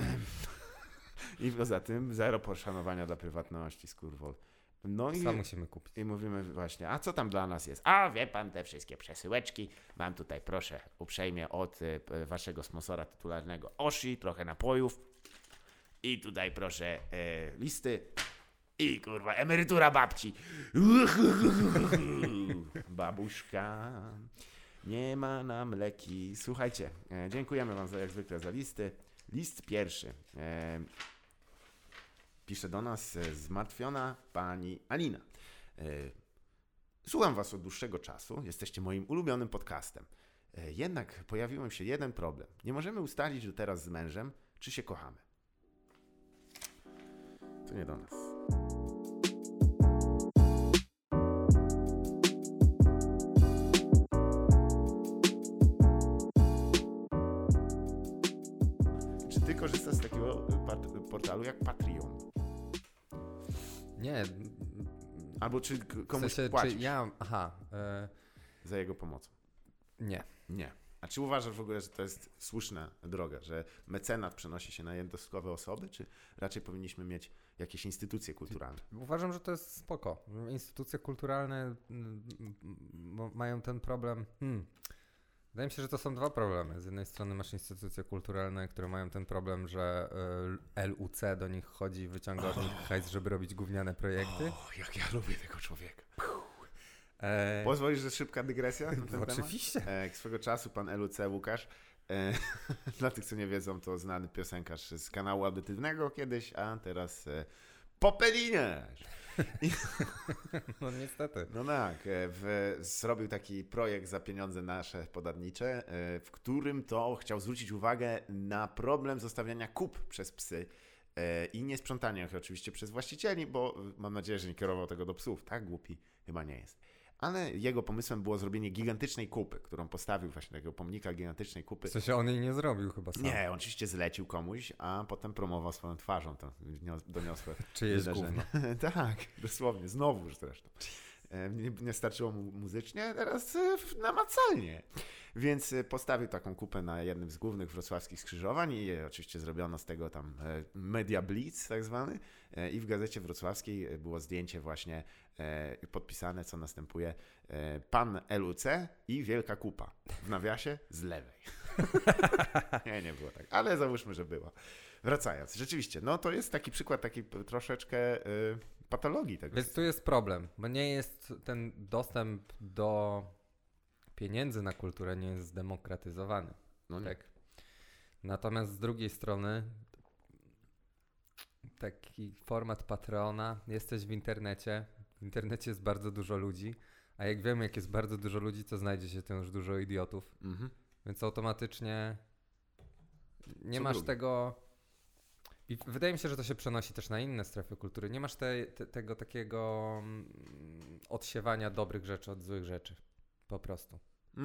I poza tym zero poszanowania dla prywatności, skurwol. No i sam musimy kupić. I mówimy właśnie, a co tam dla nas jest? A wie pan, te wszystkie przesyłeczki mam tutaj, proszę, uprzejmie od waszego sponsora tytularnego Oshi, trochę napojów i tutaj proszę listy i kurwa emerytura babci. Babuszka, nie ma nam leki. Słuchajcie, dziękujemy wam jak zwykle za listy. List pierwszy. Pisze do nas zmartwiona pani Alina. Słucham was od dłuższego czasu. Jesteście moim ulubionym podcastem. Jednak pojawił się jeden problem. Nie możemy ustalić do teraz z mężem, czy się kochamy. To nie do nas. Czy ty korzystasz z takiego portalu jak Patreon? Nie. Albo czy komuś w sensie, płacisz czy ja... za jego pomocą? Nie. Nie. A czy uważasz w ogóle, że to jest słuszna droga, że mecenat przenosi się na jednostkowe osoby, czy raczej powinniśmy mieć jakieś instytucje kulturalne? Uważam, że to jest spoko. Instytucje kulturalne mają ten problem. Wydaje mi się, że to są dwa problemy. Z jednej strony masz instytucje kulturalne, które mają ten problem, że LUC do nich chodzi i wyciąga od nich hajs, żeby robić gówniane projekty. Jak ja lubię tego człowieka. Pozwolisz, że szybka dygresja na ten Oczywiście. temat? Swego czasu pan LUC Łukasz, dla tych, co nie wiedzą, to znany piosenkarz z kanału audytywnego kiedyś, a teraz popeliniarz. No niestety. No tak, zrobił taki projekt za pieniądze nasze podatnicze, w którym to chciał zwrócić uwagę na problem zostawiania kup przez psy i niesprzątania ich oczywiście przez właścicieli, bo mam nadzieję, że nie kierował tego do psów, tak głupi chyba nie jest. Ale jego pomysłem było zrobienie gigantycznej kupy, którą postawił właśnie takiego pomnika gigantycznej kupy. W sensie on jej nie zrobił chyba sam. Nie, on oczywiście zlecił komuś, a potem promował swoją twarzą to doniosłe Czyjeś gówno. Tak, dosłownie, znowuż zresztą. Nie starczyło mu muzycznie, teraz namacalnie. Więc postawił taką kupę na jednym z głównych wrocławskich skrzyżowań i oczywiście zrobiono z tego tam media blitz tak zwany i w Gazecie Wrocławskiej było zdjęcie właśnie podpisane, co następuje: pan LUC i wielka kupa. W nawiasie z lewej. Nie było tak, ale załóżmy, że było. Wracając, rzeczywiście, no to jest taki przykład takiej troszeczkę patologii tego. Więc tu jest problem, bo nie jest ten dostęp do pieniędzy na kulturę nie jest zdemokratyzowany. No nie. Tak? Natomiast z drugiej strony taki format Patreona, jesteś w internecie jest bardzo dużo ludzi, a jak wiemy, jak jest bardzo dużo ludzi, to znajdzie się też dużo idiotów, więc automatycznie nie masz tego. I wydaje mi się, że to się przenosi też na inne strefy kultury. Nie masz tego takiego odsiewania dobrych rzeczy od złych rzeczy. Po prostu.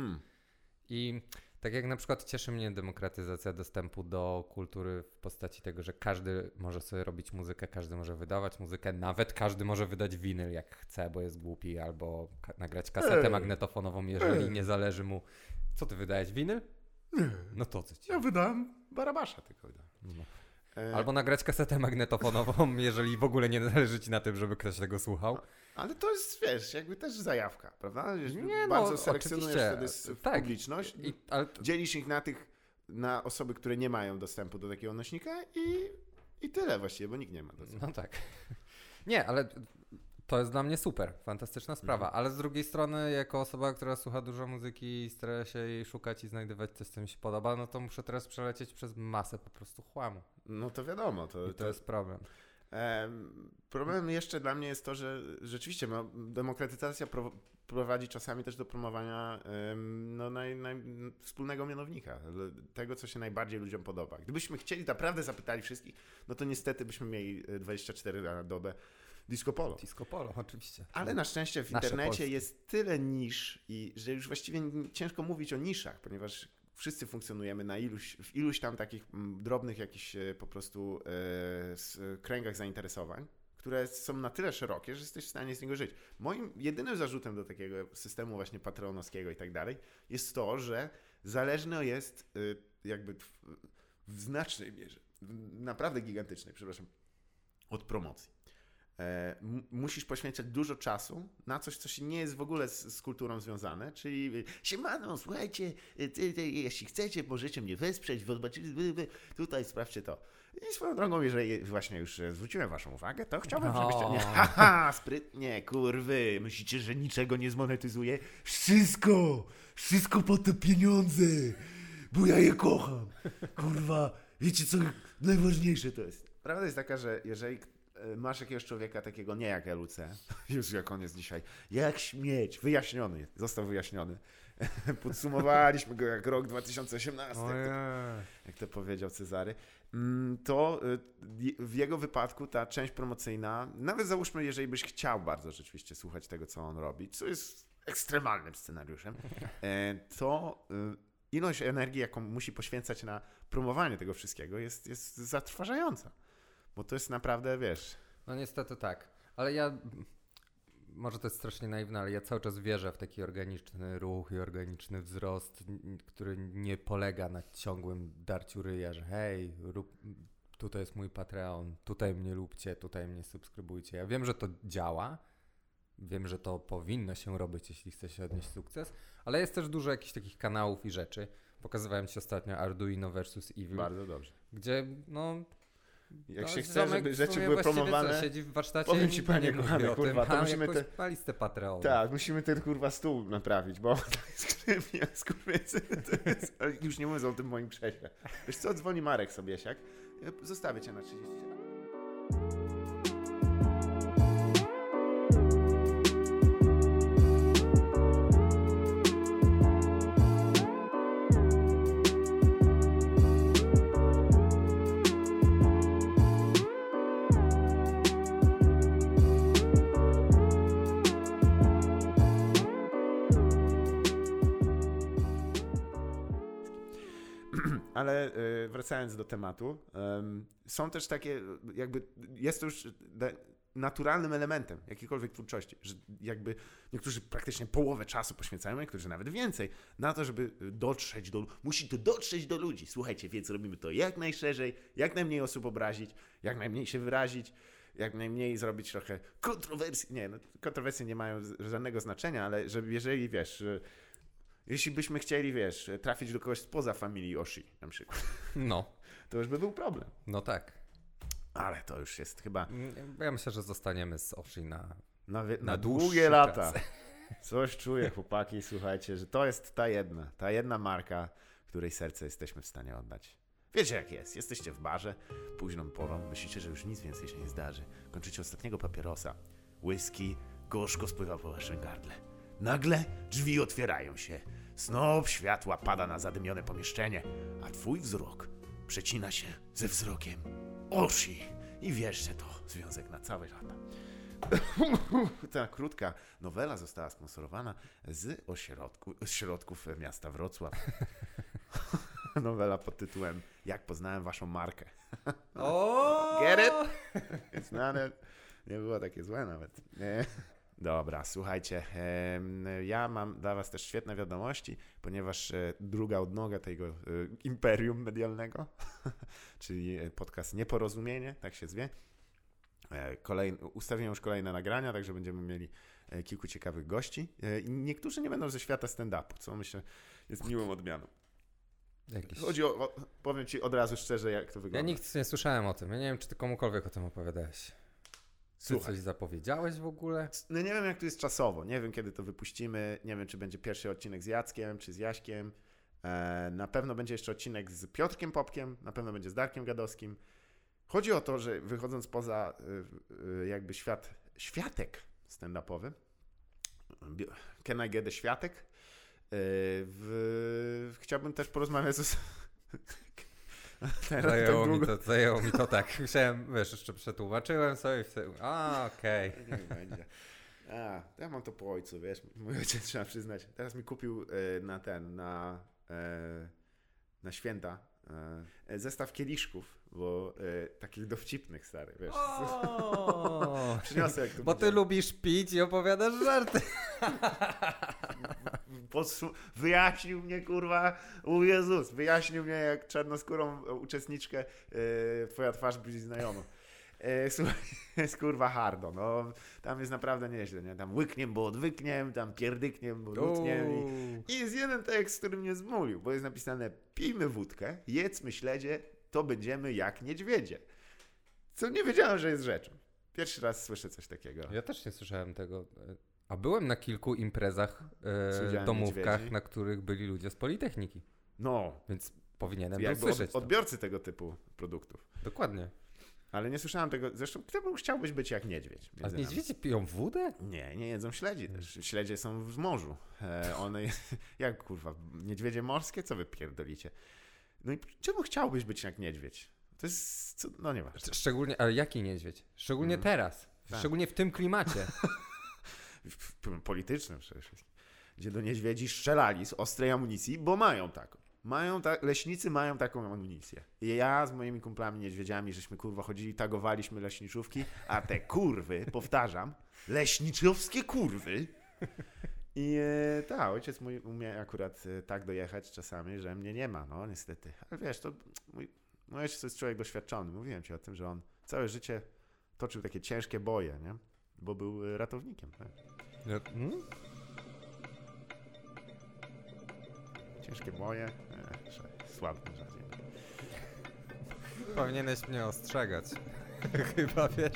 I tak jak na przykład cieszy mnie demokratyzacja dostępu do kultury w postaci tego, że każdy może sobie robić muzykę, każdy może wydawać muzykę, nawet każdy może wydać winyl jak chce, bo jest głupi, albo nagrać kasetę magnetofonową, jeżeli nie zależy mu. Co ty wydałeś, winyl? No to co ci? Ja wydałem Barabasza tylko. No. Albo nagrać kasetę magnetofonową, jeżeli w ogóle nie zależy ci na tym, żeby ktoś tego słuchał. Ale to jest, wiesz, jakby też zajawka, prawda? Nie, bardzo selekcjonujesz wtedy publiczność, ale dzielisz ich na osoby, które nie mają dostępu do takiego nośnika i tyle właściwie, bo nikt nie ma dostępu. No tak. Nie, ale to jest dla mnie super, fantastyczna sprawa, ale z drugiej strony jako osoba, która słucha dużo muzyki i stara się jej szukać i znajdywać coś, co mi się podoba, no to muszę teraz przelecieć przez masę po prostu chłamu. No to wiadomo. To jest problem. Problemem jeszcze dla mnie jest to, że rzeczywiście demokratyzacja prowadzi czasami też do promowania wspólnego mianownika, tego, co się najbardziej ludziom podoba. Gdybyśmy chcieli, naprawdę zapytali wszystkich, no to niestety byśmy mieli 24 na dobę Disco Polo. Disco Polo, oczywiście. Ale na szczęście w internecie jest tyle nisz i że już właściwie ciężko mówić o niszach, ponieważ wszyscy funkcjonujemy w iluś tam takich drobnych jakichś po prostu kręgach zainteresowań, które są na tyle szerokie, że jesteś w stanie z niego żyć. Moim jedynym zarzutem do takiego systemu właśnie patronowskiego i tak dalej jest to, że zależne jest jakby w znacznej mierze, naprawdę gigantycznej, przepraszam, od promocji. Musisz poświęcać dużo czasu na coś, co się nie jest w ogóle z kulturą związane, czyli siemano, słuchajcie, jeśli chcecie, możecie mnie wesprzeć, tutaj sprawdźcie to. I swoją drogą, jeżeli właśnie już zwróciłem waszą uwagę, to chciałbym, żebyście... Nie, sprytnie, kurwy, myślicie, że niczego nie zmonetyzuję? Wszystko po te pieniądze, bo ja je kocham. Kurwa, wiecie co najważniejsze to jest? Prawda jest taka, że jeżeli masz jakiegoś człowieka takiego, nie jak LUC, już jak on jest dzisiaj, jak śmieć, wyjaśniony, został wyjaśniony. Podsumowaliśmy go jak rok 2018, jak to powiedział Cezary. To w jego wypadku ta część promocyjna, nawet załóżmy, jeżeli byś chciał bardzo rzeczywiście słuchać tego, co on robi, co jest ekstremalnym scenariuszem, to ilość energii, jaką musi poświęcać na promowanie tego wszystkiego jest zatrważająca. Bo to jest naprawdę, wiesz... No niestety tak, ale ja może to jest strasznie naiwne, ale ja cały czas wierzę w taki organiczny ruch i organiczny wzrost, który nie polega na ciągłym darciu ryja, że hej, tutaj jest mój Patreon, tutaj mnie lubcie, tutaj mnie subskrybujcie. Ja wiem, że to działa, wiem, że to powinno się robić, jeśli chce się odnieść sukces, ale jest też dużo jakichś takich kanałów i rzeczy. Pokazywałem ci ostatnio Arduino versus Evil. Bardzo dobrze. Gdzie, jak się chce, żeby rzeczy były promowane, siedzi w warsztacie powiem ci, panie kochany, kurwa, to musimy na listę Patreonu. Tak, musimy ten kurwa stół naprawić, bo to jest krzywnia, skurwicy. Już nie mówiąc o tym moim krześle. Wiesz co, dzwoni Marek Sobiesiak. Zostawię cię na 30 lat. Ale wracając do tematu, są też takie, jakby jest to już naturalnym elementem jakiejkolwiek twórczości, że jakby niektórzy praktycznie połowę czasu poświęcają, niektórzy nawet więcej, na to, żeby musi to dotrzeć do ludzi. Słuchajcie, więc robimy to jak najszerzej, jak najmniej osób obrazić, jak najmniej się wyrazić, jak najmniej zrobić trochę kontrowersji. Nie, kontrowersje nie mają żadnego znaczenia, ale żeby jeżeli, wiesz, jeśli byśmy chcieli, wiesz, trafić do kogoś spoza familii Oshi na przykład, to już by był problem. No tak. Ale to już jest chyba... Ja myślę, że zostaniemy z Oshi na długie lata. Coś czuję, chłopaki, słuchajcie, że to jest ta jedna marka, której serce jesteśmy w stanie oddać. Wiecie jak jest, jesteście w barze, późną porą, myślicie, że już nic więcej się nie zdarzy. Kończycie ostatniego papierosa, whisky gorzko spływa po waszym gardle. Nagle drzwi otwierają się, snop światła pada na zadymione pomieszczenie, a twój wzrok przecina się ze wzrokiem Oshi i wiesz, że to związek na całe lata. Ta krótka nowela została sponsorowana z środków miasta Wrocław. Nowela pod tytułem Jak poznałem waszą markę. Get it? It's not nie było takie złe nawet. Dobra, słuchajcie, ja mam dla was też świetne wiadomości, ponieważ druga odnoga tego imperium medialnego, czyli podcast Nieporozumienie, tak się zwie, ustawiłem już kolejne nagrania, także będziemy mieli kilku ciekawych gości i niektórzy nie będą ze świata stand-upu, co myślę jest miłą odmianą. Chodzi powiem ci od razu szczerze, jak to wygląda. Ja nigdy nie słyszałem o tym, ja nie wiem, czy ty komukolwiek o tym opowiadałeś. Ty coś zapowiedziałeś w ogóle? No nie wiem, jak to jest czasowo. Nie wiem, kiedy to wypuścimy. Nie wiem, czy będzie pierwszy odcinek z Jackiem, czy z Jaśkiem. Na pewno będzie jeszcze odcinek z Piotrkiem Popkiem. Na pewno będzie z Darkiem Gadowskim. Chodzi o to, że wychodząc poza jakby światek stand-upowy, can I get a światek? Chciałbym też porozmawiać z... Zajęło mi to tak. Chciałem, wiesz, jeszcze przetłumaczyłem sobie. Okej. Niech będzie. Ja mam to po ojcu, wiesz. Mój ojciec, trzeba przyznać. Teraz mi kupił na święta zestaw kieliszków, bo takich dowcipnych, stary, wiesz. Przyniosę, jak to bo ty lubisz pić i opowiadasz żarty. Wyjaśnił mnie, kurwa, Jezus, wyjaśnił mnie jak czarnoskórą uczestniczkę twoja twarz brzmi znajomo. Słuchaj, jest kurwa hardo, no tam jest naprawdę nieźle, nie? Tam łykniem, bo odwykniem, tam pierdykniem, bo lutniem i jest jeden tekst, który mnie zmulił, bo jest napisane: pijmy wódkę, jedzmy śledzie, to będziemy jak niedźwiedzie. Co nie wiedziałem, że jest rzeczą. Pierwszy raz słyszę coś takiego. Ja też nie słyszałem tego. A byłem na kilku imprezach, domówkach, niedźwiedzi, na których byli ludzie z Politechniki. No. Więc powinienem był słyszeć. Odbiorcy tego typu produktów. Dokładnie. Ale nie słyszałem tego. Zresztą kto chciałbyś być jak niedźwiedź? A niedźwiedzie piją wódę? Nie jedzą śledzi. Śledzie są w morzu. One, jak kurwa, niedźwiedzie morskie? Co wy pierdolicie? No i czemu chciałbyś być jak niedźwiedź? To jest, no nieważne. Szczególnie, ale jaki niedźwiedź? Szczególnie teraz. Tak. Szczególnie w tym klimacie. w politycznym przede wszystkim. Gdzie do niedźwiedzi strzelali z ostrej amunicji, bo mają taką. Leśnicy mają taką amunicję. I ja z moimi kumplami niedźwiedziami, żeśmy kurwa chodzili, tagowaliśmy leśniczówki, a te kurwy, powtarzam, Leśniczowskie kurwy. I tak, ojciec mój umie akurat tak dojechać czasami, że mnie nie ma, no niestety. Ale wiesz, to mój ojciec to jest człowiek doświadczony. Mówiłem ci o tym, że on całe życie toczył takie ciężkie boje, nie? Bo był ratownikiem. Tak? Ciężkie boje. Słaby ten żart. Powinieneś mnie ostrzegać. Chyba wiesz.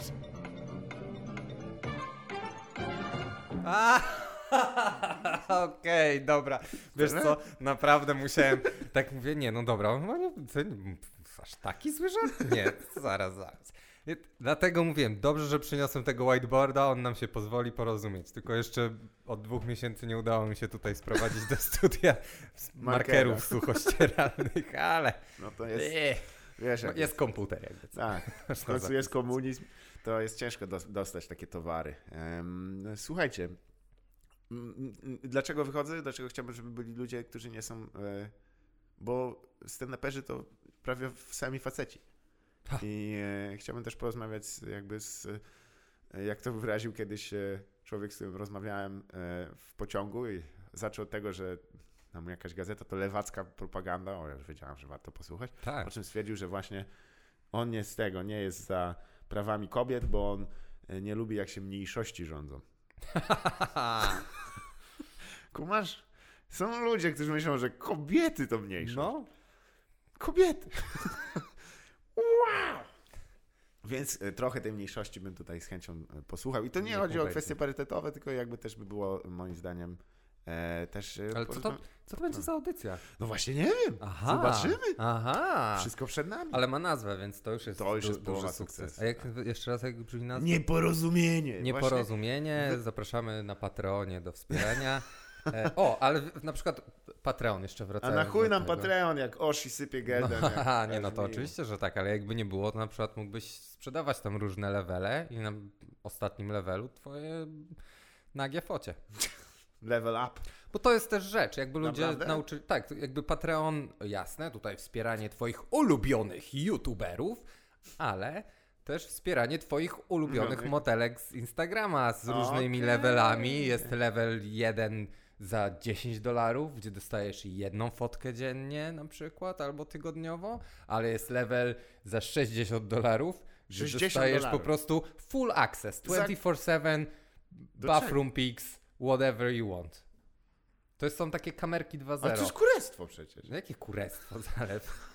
Okej, dobra. Wiesz co, naprawdę musiałem, tak mówię, nie, no dobra, aż taki zły żart? Nie, zaraz. Dlatego mówiłem, dobrze, że przyniosłem tego whiteboarda, on nam się pozwoli porozumieć, tylko jeszcze od 2 miesięcy nie udało mi się tutaj sprowadzić do studia markerów suchościeralnych, ale... No to jest... Wiesz, no jest komputer jakby. Tak, w końcu jest komunizm, to jest ciężko dostać takie towary. Słuchajcie, dlaczego wychodzę? Dlaczego chciałbym, żeby byli ludzie, którzy nie są... Bo stand-uperzy to prawie sami faceci. I chciałbym też porozmawiać jak to wyraził kiedyś człowiek, z którym rozmawiałem w pociągu i zaczął od tego, że tam jakaś gazeta to lewacka propaganda, ja już wiedziałem, że warto posłuchać, tak. Po czym stwierdził, że właśnie on nie jest za prawami kobiet, bo on nie lubi, jak się mniejszości rządzą. Kumasz? Są ludzie, którzy myślą, że kobiety to mniejszość. No. Kobiety. Wow! Więc trochę tej mniejszości bym tutaj z chęcią posłuchał. I to nie chodzi o kwestie parytetowe, tylko jakby też by było moim zdaniem też... Ale co to będzie za audycja? No właśnie nie wiem. Zobaczymy. Aha. Wszystko przed nami. Ale ma nazwę, więc to już jest duży sukces. A jeszcze raz jak brzmi nazwa? Nieporozumienie. Nieporozumienie. Zapraszamy na Patreonie do wspierania. Ale na przykład Patreon jeszcze wracając. A na chuj nam Patreon, jak Oshi sypie geldem. No to oczywiście, że tak, ale jakby nie było, to na przykład mógłbyś sprzedawać tam różne levele i na ostatnim levelu twoje nagie focie. Level up. Bo to jest też rzecz, jakby ludzie Naprawdę? nauczyli, tak, jakby Patreon, jasne, tutaj wspieranie twoich ulubionych youtuberów, ale też wspieranie twoich ulubionych modelek z Instagrama z różnymi levelami. Jest level 1 za $10, gdzie dostajesz jedną fotkę dziennie na przykład, albo tygodniowo, ale jest level za $60, gdzie dostajesz po prostu full access, 24/7, bathroom pics, whatever you want. To są takie kamerki 2.0. Ale to jest kurestwo przecież. No jakie kurestwo, zalew.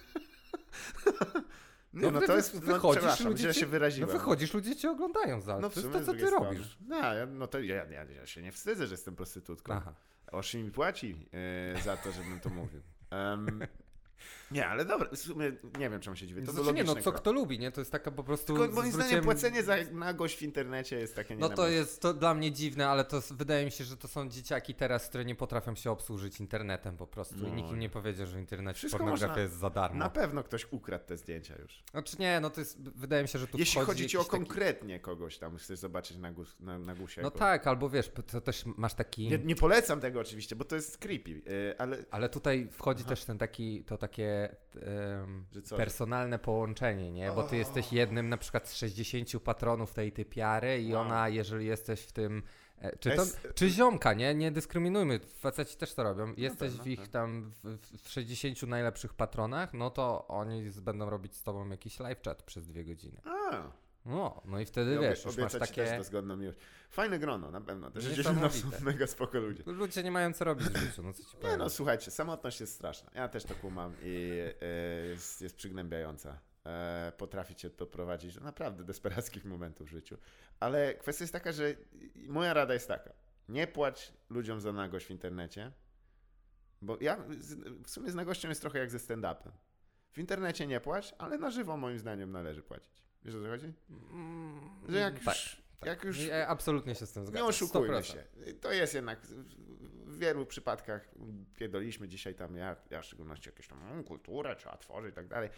No to jest, wychodzisz, ludzie się wyraziłem. No wychodzisz, ludzie cię oglądają za no to jest to, co ty robisz. No to ja się nie wstydzę, że jestem prostytutką. Aha. Oshi mi płaci za to, żebym to mówił. Nie, ale dobra, w sumie nie wiem, czemu się dziwię. To znaczy, nie, no co kto lubi, nie? To jest taka po prostu... Tylko moim zdaniem płacenie za nagość w internecie jest takie No to jest to dla mnie dziwne, ale to wydaje mi się, że to są dzieciaki teraz, które nie potrafią się obsłużyć internetem po prostu. I nikt im nie powiedział, że w internecie pornografia jest za darmo. Na pewno ktoś ukradł te zdjęcia już. Znaczy nie, no to jest, wydaje mi się, że tu jeśli chodzi ci o konkretnie kogoś tam, chcesz zobaczyć na gusie. No tak, albo wiesz, to też masz taki... Nie polecam tego oczywiście, bo to jest creepy, ale tutaj wchodzi też ten takie personalne połączenie, nie? Bo ty jesteś jednym na przykład z 60 patronów tej typiary i ona, jeżeli jesteś w tym... Czy ziomka, nie? Nie dyskryminujmy, faceci też to robią. Jesteś w ich tam w 60 najlepszych patronach, no to oni będą robić z tobą jakiś live chat przez 2 godziny. No i wtedy wiesz, już masz takie... też dozgodną miłość. Fajne grono, na pewno. Te 60 są mega spoko ludzie. Ludzie nie mają co robić w życiu, no co ci powiem. Nie no, słuchajcie, samotność jest straszna. Ja też to kumam i jest przygnębiająca. Potrafi cię doprowadzić do naprawdę desperackich momentów w życiu. Ale kwestia jest taka, że moja rada jest taka. Nie płać ludziom za nagość w internecie, bo ja w sumie z nagością jest trochę jak ze stand-upem. W internecie nie płać, ale na żywo moim zdaniem należy płacić. Wiesz o co chodzi? Że jak już ja absolutnie się z tym zgadzam. Nie oszukujmy 100%. się. To jest jednak w wielu przypadkach pierdoliśmy dzisiaj tam, ja w szczególności jakieś tam kulturę trzeba tworzyć i tak dalej.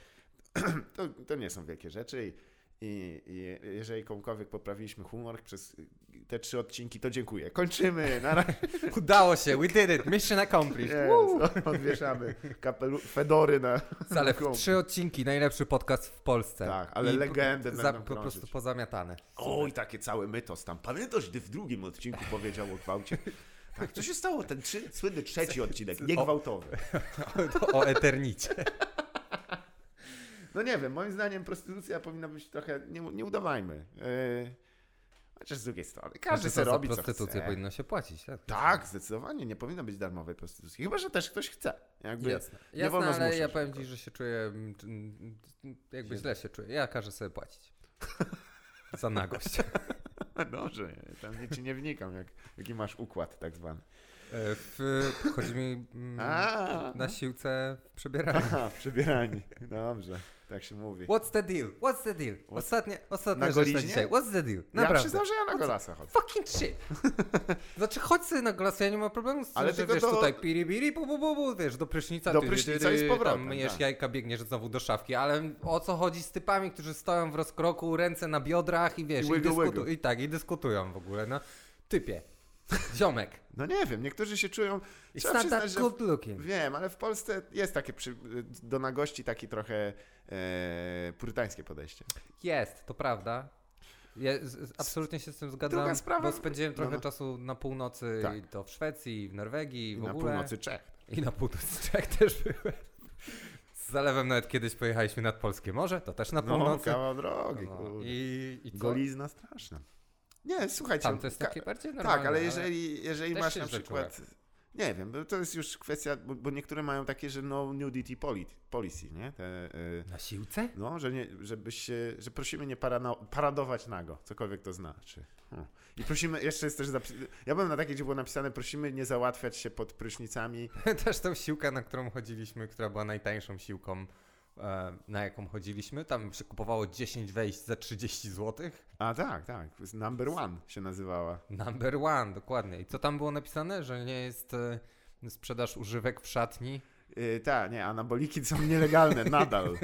To nie są wielkie rzeczy i jeżeli komukolwiek poprawiliśmy humor przez te 3 odcinki, to dziękuję. Kończymy. Na razie. Udało się, we did it, mission accomplished. Yes, odwieszamy fedory na... Ale w 3 odcinki, najlepszy podcast w Polsce. Tak, ale legendy będą po prostu pozamiatane. Oj, takie całe mytos tam. Pamiętasz, gdy w drugim odcinku powiedział o gwałcie? Tak, co się stało? Ten słynny 3. odcinek, niegwałtowy. O eternicie. No nie wiem, moim zdaniem prostytucja powinna być trochę, nie udawajmy. Chociaż z drugiej strony, każdy sobie robi, co chce. Prostytucję powinno się płacić, tak? Tak, zdecydowanie, nie powinna być darmowej prostytucji. Chyba, że też ktoś chce. Jakby Jasne, nie wolno ale zmuszać ja powiem nikogo. ci, że się czuję, jakby źle się czuję. Ja każę sobie płacić. Za nagość. Dobrze, tam ci nie wnikam, jaki masz układ tak zwany. Chodzi mi na siłce w przebieraniu. Aha, przebierani. Dobrze, tak się mówi. What's the deal? What's the deal? Ostatnia Na rzecz goliźnie? na dzisiaj. What's the deal? Ja Naprawdę. przyznam, że ja na golasa chodzę. Fucking shit. Znaczy chodź sobie na golasa, ja nie mam problemu z tym, Ale że tylko wiesz do- tutaj piri, wiesz, do prysznica. Do prysznica i z powrotem, Tam myjesz tak. jajka, biegniesz znowu do szafki, ale o co chodzi z typami, którzy stoją w rozkroku, ręce na biodrach i wiesz, I wiggle. i dyskutują w ogóle, no. Typie. Ziomek. No nie wiem, niektórzy się czują... It's Trzeba not przyznać, that że good looking. wiem, ale w Polsce jest takie do nagości takie trochę purytańskie podejście. Jest, to prawda. Ja absolutnie się z tym zgadzam, Druga sprawa- bo spędziłem trochę no. czasu na północy, Tak. i to w Szwecji, i w Norwegii, I w na ogóle. północy Czech. I na północy Czech też byłem. Z zalewem nawet kiedyś pojechaliśmy nad Polskie Morze, to też na No, północy. kawał drogi. No, kurde. I co? Golizna straszna. Nie, słuchajcie. Tam to jest takie bardziej normalne. tak, ale jeżeli też masz się na źle przykład... Nie wiem, bo to jest już kwestia, bo niektóre mają takie, że no nudity policy, nie? Na siłce? No, że prosimy nie paradować nago, cokolwiek to znaczy. I prosimy, jeszcze jest też ja byłem na takiej, gdzie było napisane, prosimy nie załatwiać się pod prysznicami. Też tą siłkę, na którą chodziliśmy, która była najtańszą siłką, na jaką chodziliśmy. Tam się kupowało 10 wejść za 30 zł. A tak, Number One się nazywała. Number one, dokładnie. I co tam było napisane? Że nie jest sprzedaż używek w szatni? Nie, anaboliki są nielegalne, nadal.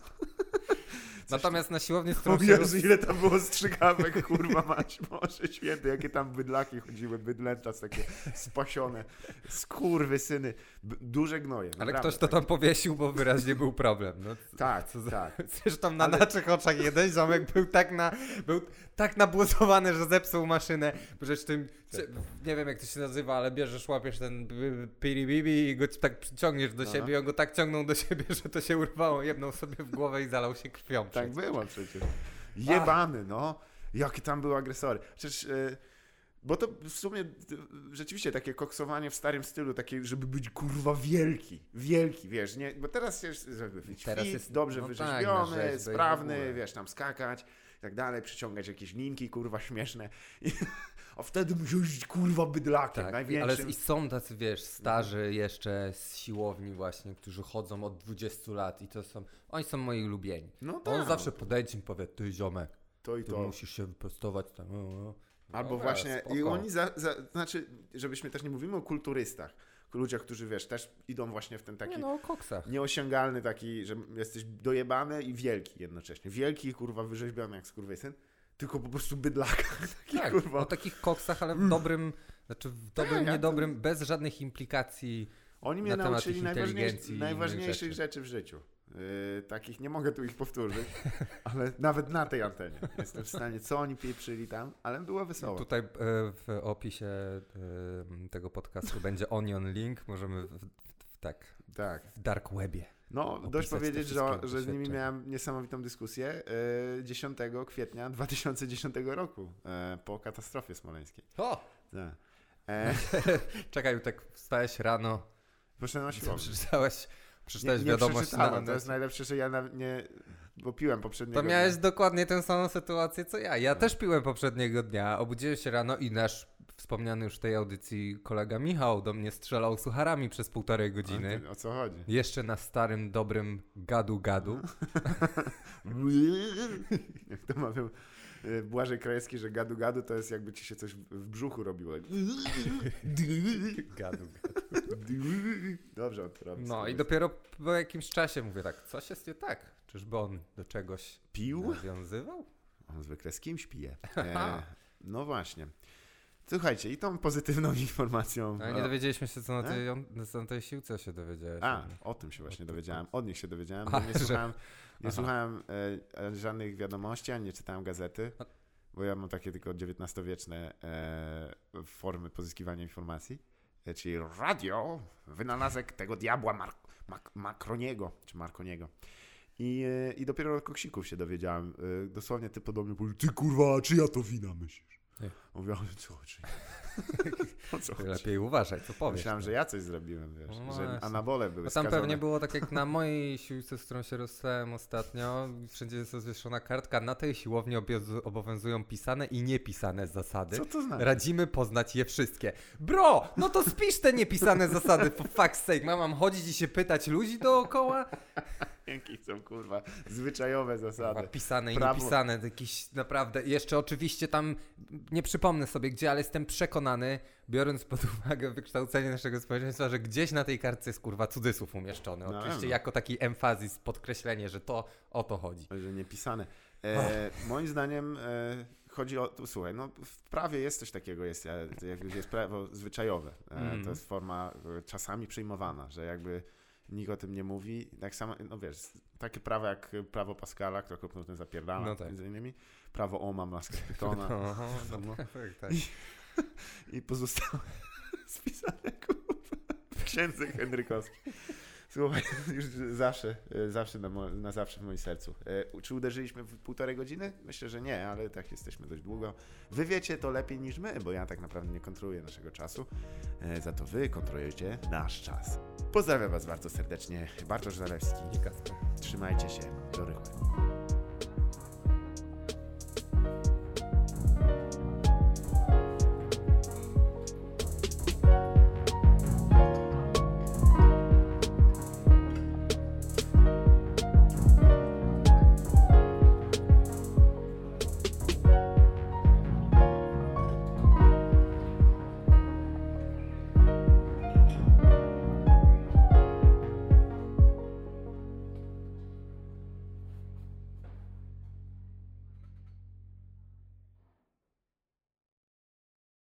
Natomiast na siłowni, z O którą się Jezu, ile tam było strzykawek, kurwa mać, Boże święty, jakie tam bydlaki chodziły, bydlęta takie spasione, skurwysyny, duże gnoje. Ale naprawdę, ktoś to tam powiesił, bo wyraźnie był problem. No, Tak, co za... tak. Zresztą na naszych oczach jeden ziomek był tak nabłocowany, że zepsuł maszynę. Przecież tym, nie wiem jak to się nazywa, ale bierzesz, łapiesz ten piri-bibi i go tak przyciągniesz do siebie i on go tak ciągnął do siebie, że to się urwało, jebnął sobie w głowę i zalał się krwią. Tak było przecież. Jebany, no. Jakie tam były agresory. Przecież... Bo to w sumie rzeczywiście takie koksowanie w starym stylu, takie, żeby być kurwa wielki, wiesz, nie? Bo teraz jest, żeby być fit, dobrze wyrzeźbiony, sprawny, wiesz, tam skakać i tak dalej, przyciągać jakieś linki, kurwa, śmieszne. A wtedy musiał być kurwa bydlakiem, tak, największym. Ale i są tacy, wiesz, starzy jeszcze z siłowni właśnie, którzy chodzą od 20 lat i oni są moi ulubieni. No tak. On zawsze podejdzie i powie, ty ziomek, to i ty to. musisz się wyprostować tam. Albo dobra, właśnie, spoko. i oni, znaczy, żebyśmy też nie mówimy o kulturystach, ludziach, którzy, wiesz, też idą właśnie w ten taki o koksach. nieosiągalny taki, że jesteś dojebany i wielki jednocześnie. Wielki, kurwa, wyrzeźbiony jak skurwysyn, tylko po prostu bydlaka. Taki, Tak, kurwa. o takich koksach, ale w dobrym, niedobrym, bez żadnych implikacji. Oni mnie na temat nauczyli ich inteligencji i najważniejszych innych rzeczy w życiu. Takich, nie mogę tu ich powtórzyć, ale nawet na tej antenie jestem w stanie, co oni pieprzyli tam, ale było wesoło. Tutaj w opisie tego podcastu będzie Onion Link, możemy w dark webie. No, dość opisać powiedzieć, te że z nimi doświadczenia. miałem niesamowitą dyskusję 10 kwietnia 2010 roku po katastrofie smoleńskiej. O! Tak. Czekaj, tak wstałeś rano, Poszedłem na siłownię. przeczytałeś Nie wiadomość przeczytałem, to jest najlepsze, że ja nie... Bo piłem poprzedniego To miałeś dnia. dokładnie tę samą sytuację co ja. Ja też piłem poprzedniego dnia, obudziłem się rano i nasz wspomniany już w tej audycji kolega Michał do mnie strzelał sucharami przez 1,5 godziny. O co chodzi? Jeszcze na starym, dobrym gadu-gadu. Jak to mawiał Błażej Krajewski, że gadu-gadu to jest jakby ci się coś w brzuchu robiło. Gadu-gadu. Dobrze on to robi. No i dopiero po jakimś czasie mówię tak, coś jest nie tak. Czyżby on do czegoś Pił? nawiązywał? On zwykle z kimś pije. No właśnie. Słuchajcie, i tą pozytywną informacją... Ale nie dowiedzieliśmy się, co na tej siłce się dowiedziałeś. O tym się właśnie dowiedziałem. Od nich się dowiedziałem, A, bo nie słuchałem żadnych wiadomości, ani nie czytałem gazety, bo ja mam takie tylko XIX-wieczne formy pozyskiwania informacji, czyli radio, wynalazek tego diabła Macroniego, czy Marconiego. I dopiero od koksików się dowiedziałem. Dosłownie ty podobnie powiedział, ty kurwa, czy ja to wina myślisz? Mówię, co chodzi? O co chodzi? Lepiej uważaj, co powiesz. Myślałem, że ja coś zrobiłem, wiesz, No że właśnie. anabole były Bo tam skazane. pewnie było tak jak na mojej siłce, z którą się rozstałem ostatnio, wszędzie jest rozwieszona kartka, na tej siłowni obowiązują pisane i niepisane zasady. Co to znaczy? Radzimy poznać je wszystkie. Bro, no to spisz te niepisane zasady, for fuck's sake. Mam chodzić i się pytać ludzi dookoła? Jakie są, kurwa, zwyczajowe zasady. Pisane i Prawo. niepisane, jakieś naprawdę. Jeszcze oczywiście tam, nie przypomnę sobie gdzie, ale jestem przekonany, biorąc pod uwagę wykształcenie naszego społeczeństwa, że gdzieś na tej kartce jest kurwa cudzysłów umieszczony. No, Oczywiście no. jako taki emfazis, podkreślenie, że to o to chodzi. Że nie pisane. Moim zdaniem chodzi o... Słuchaj, no w prawie jest coś takiego, jest prawo zwyczajowe. To jest forma czasami przyjmowana, że jakby nikt o tym nie mówi. Tak samo, no wiesz, takie prawa jak prawo Pascala, które potem zapierdala, No tak. między innymi. Prawo Ohma, maska Pythona. Tak. I pozostałe spisane, kurwa, w księdze Henrykowskiej. Słuchaj, już zawsze na zawsze w moim sercu. Czy uderzyliśmy w 1,5 godziny? Myślę, że nie, ale tak jesteśmy dość długo. Wy wiecie to lepiej niż my, bo ja tak naprawdę nie kontroluję naszego czasu. Za to wy kontrolujecie nasz czas. Pozdrawiam was bardzo serdecznie. Bartosz Zalewski. I Kasper. Trzymajcie się. Do rychłego.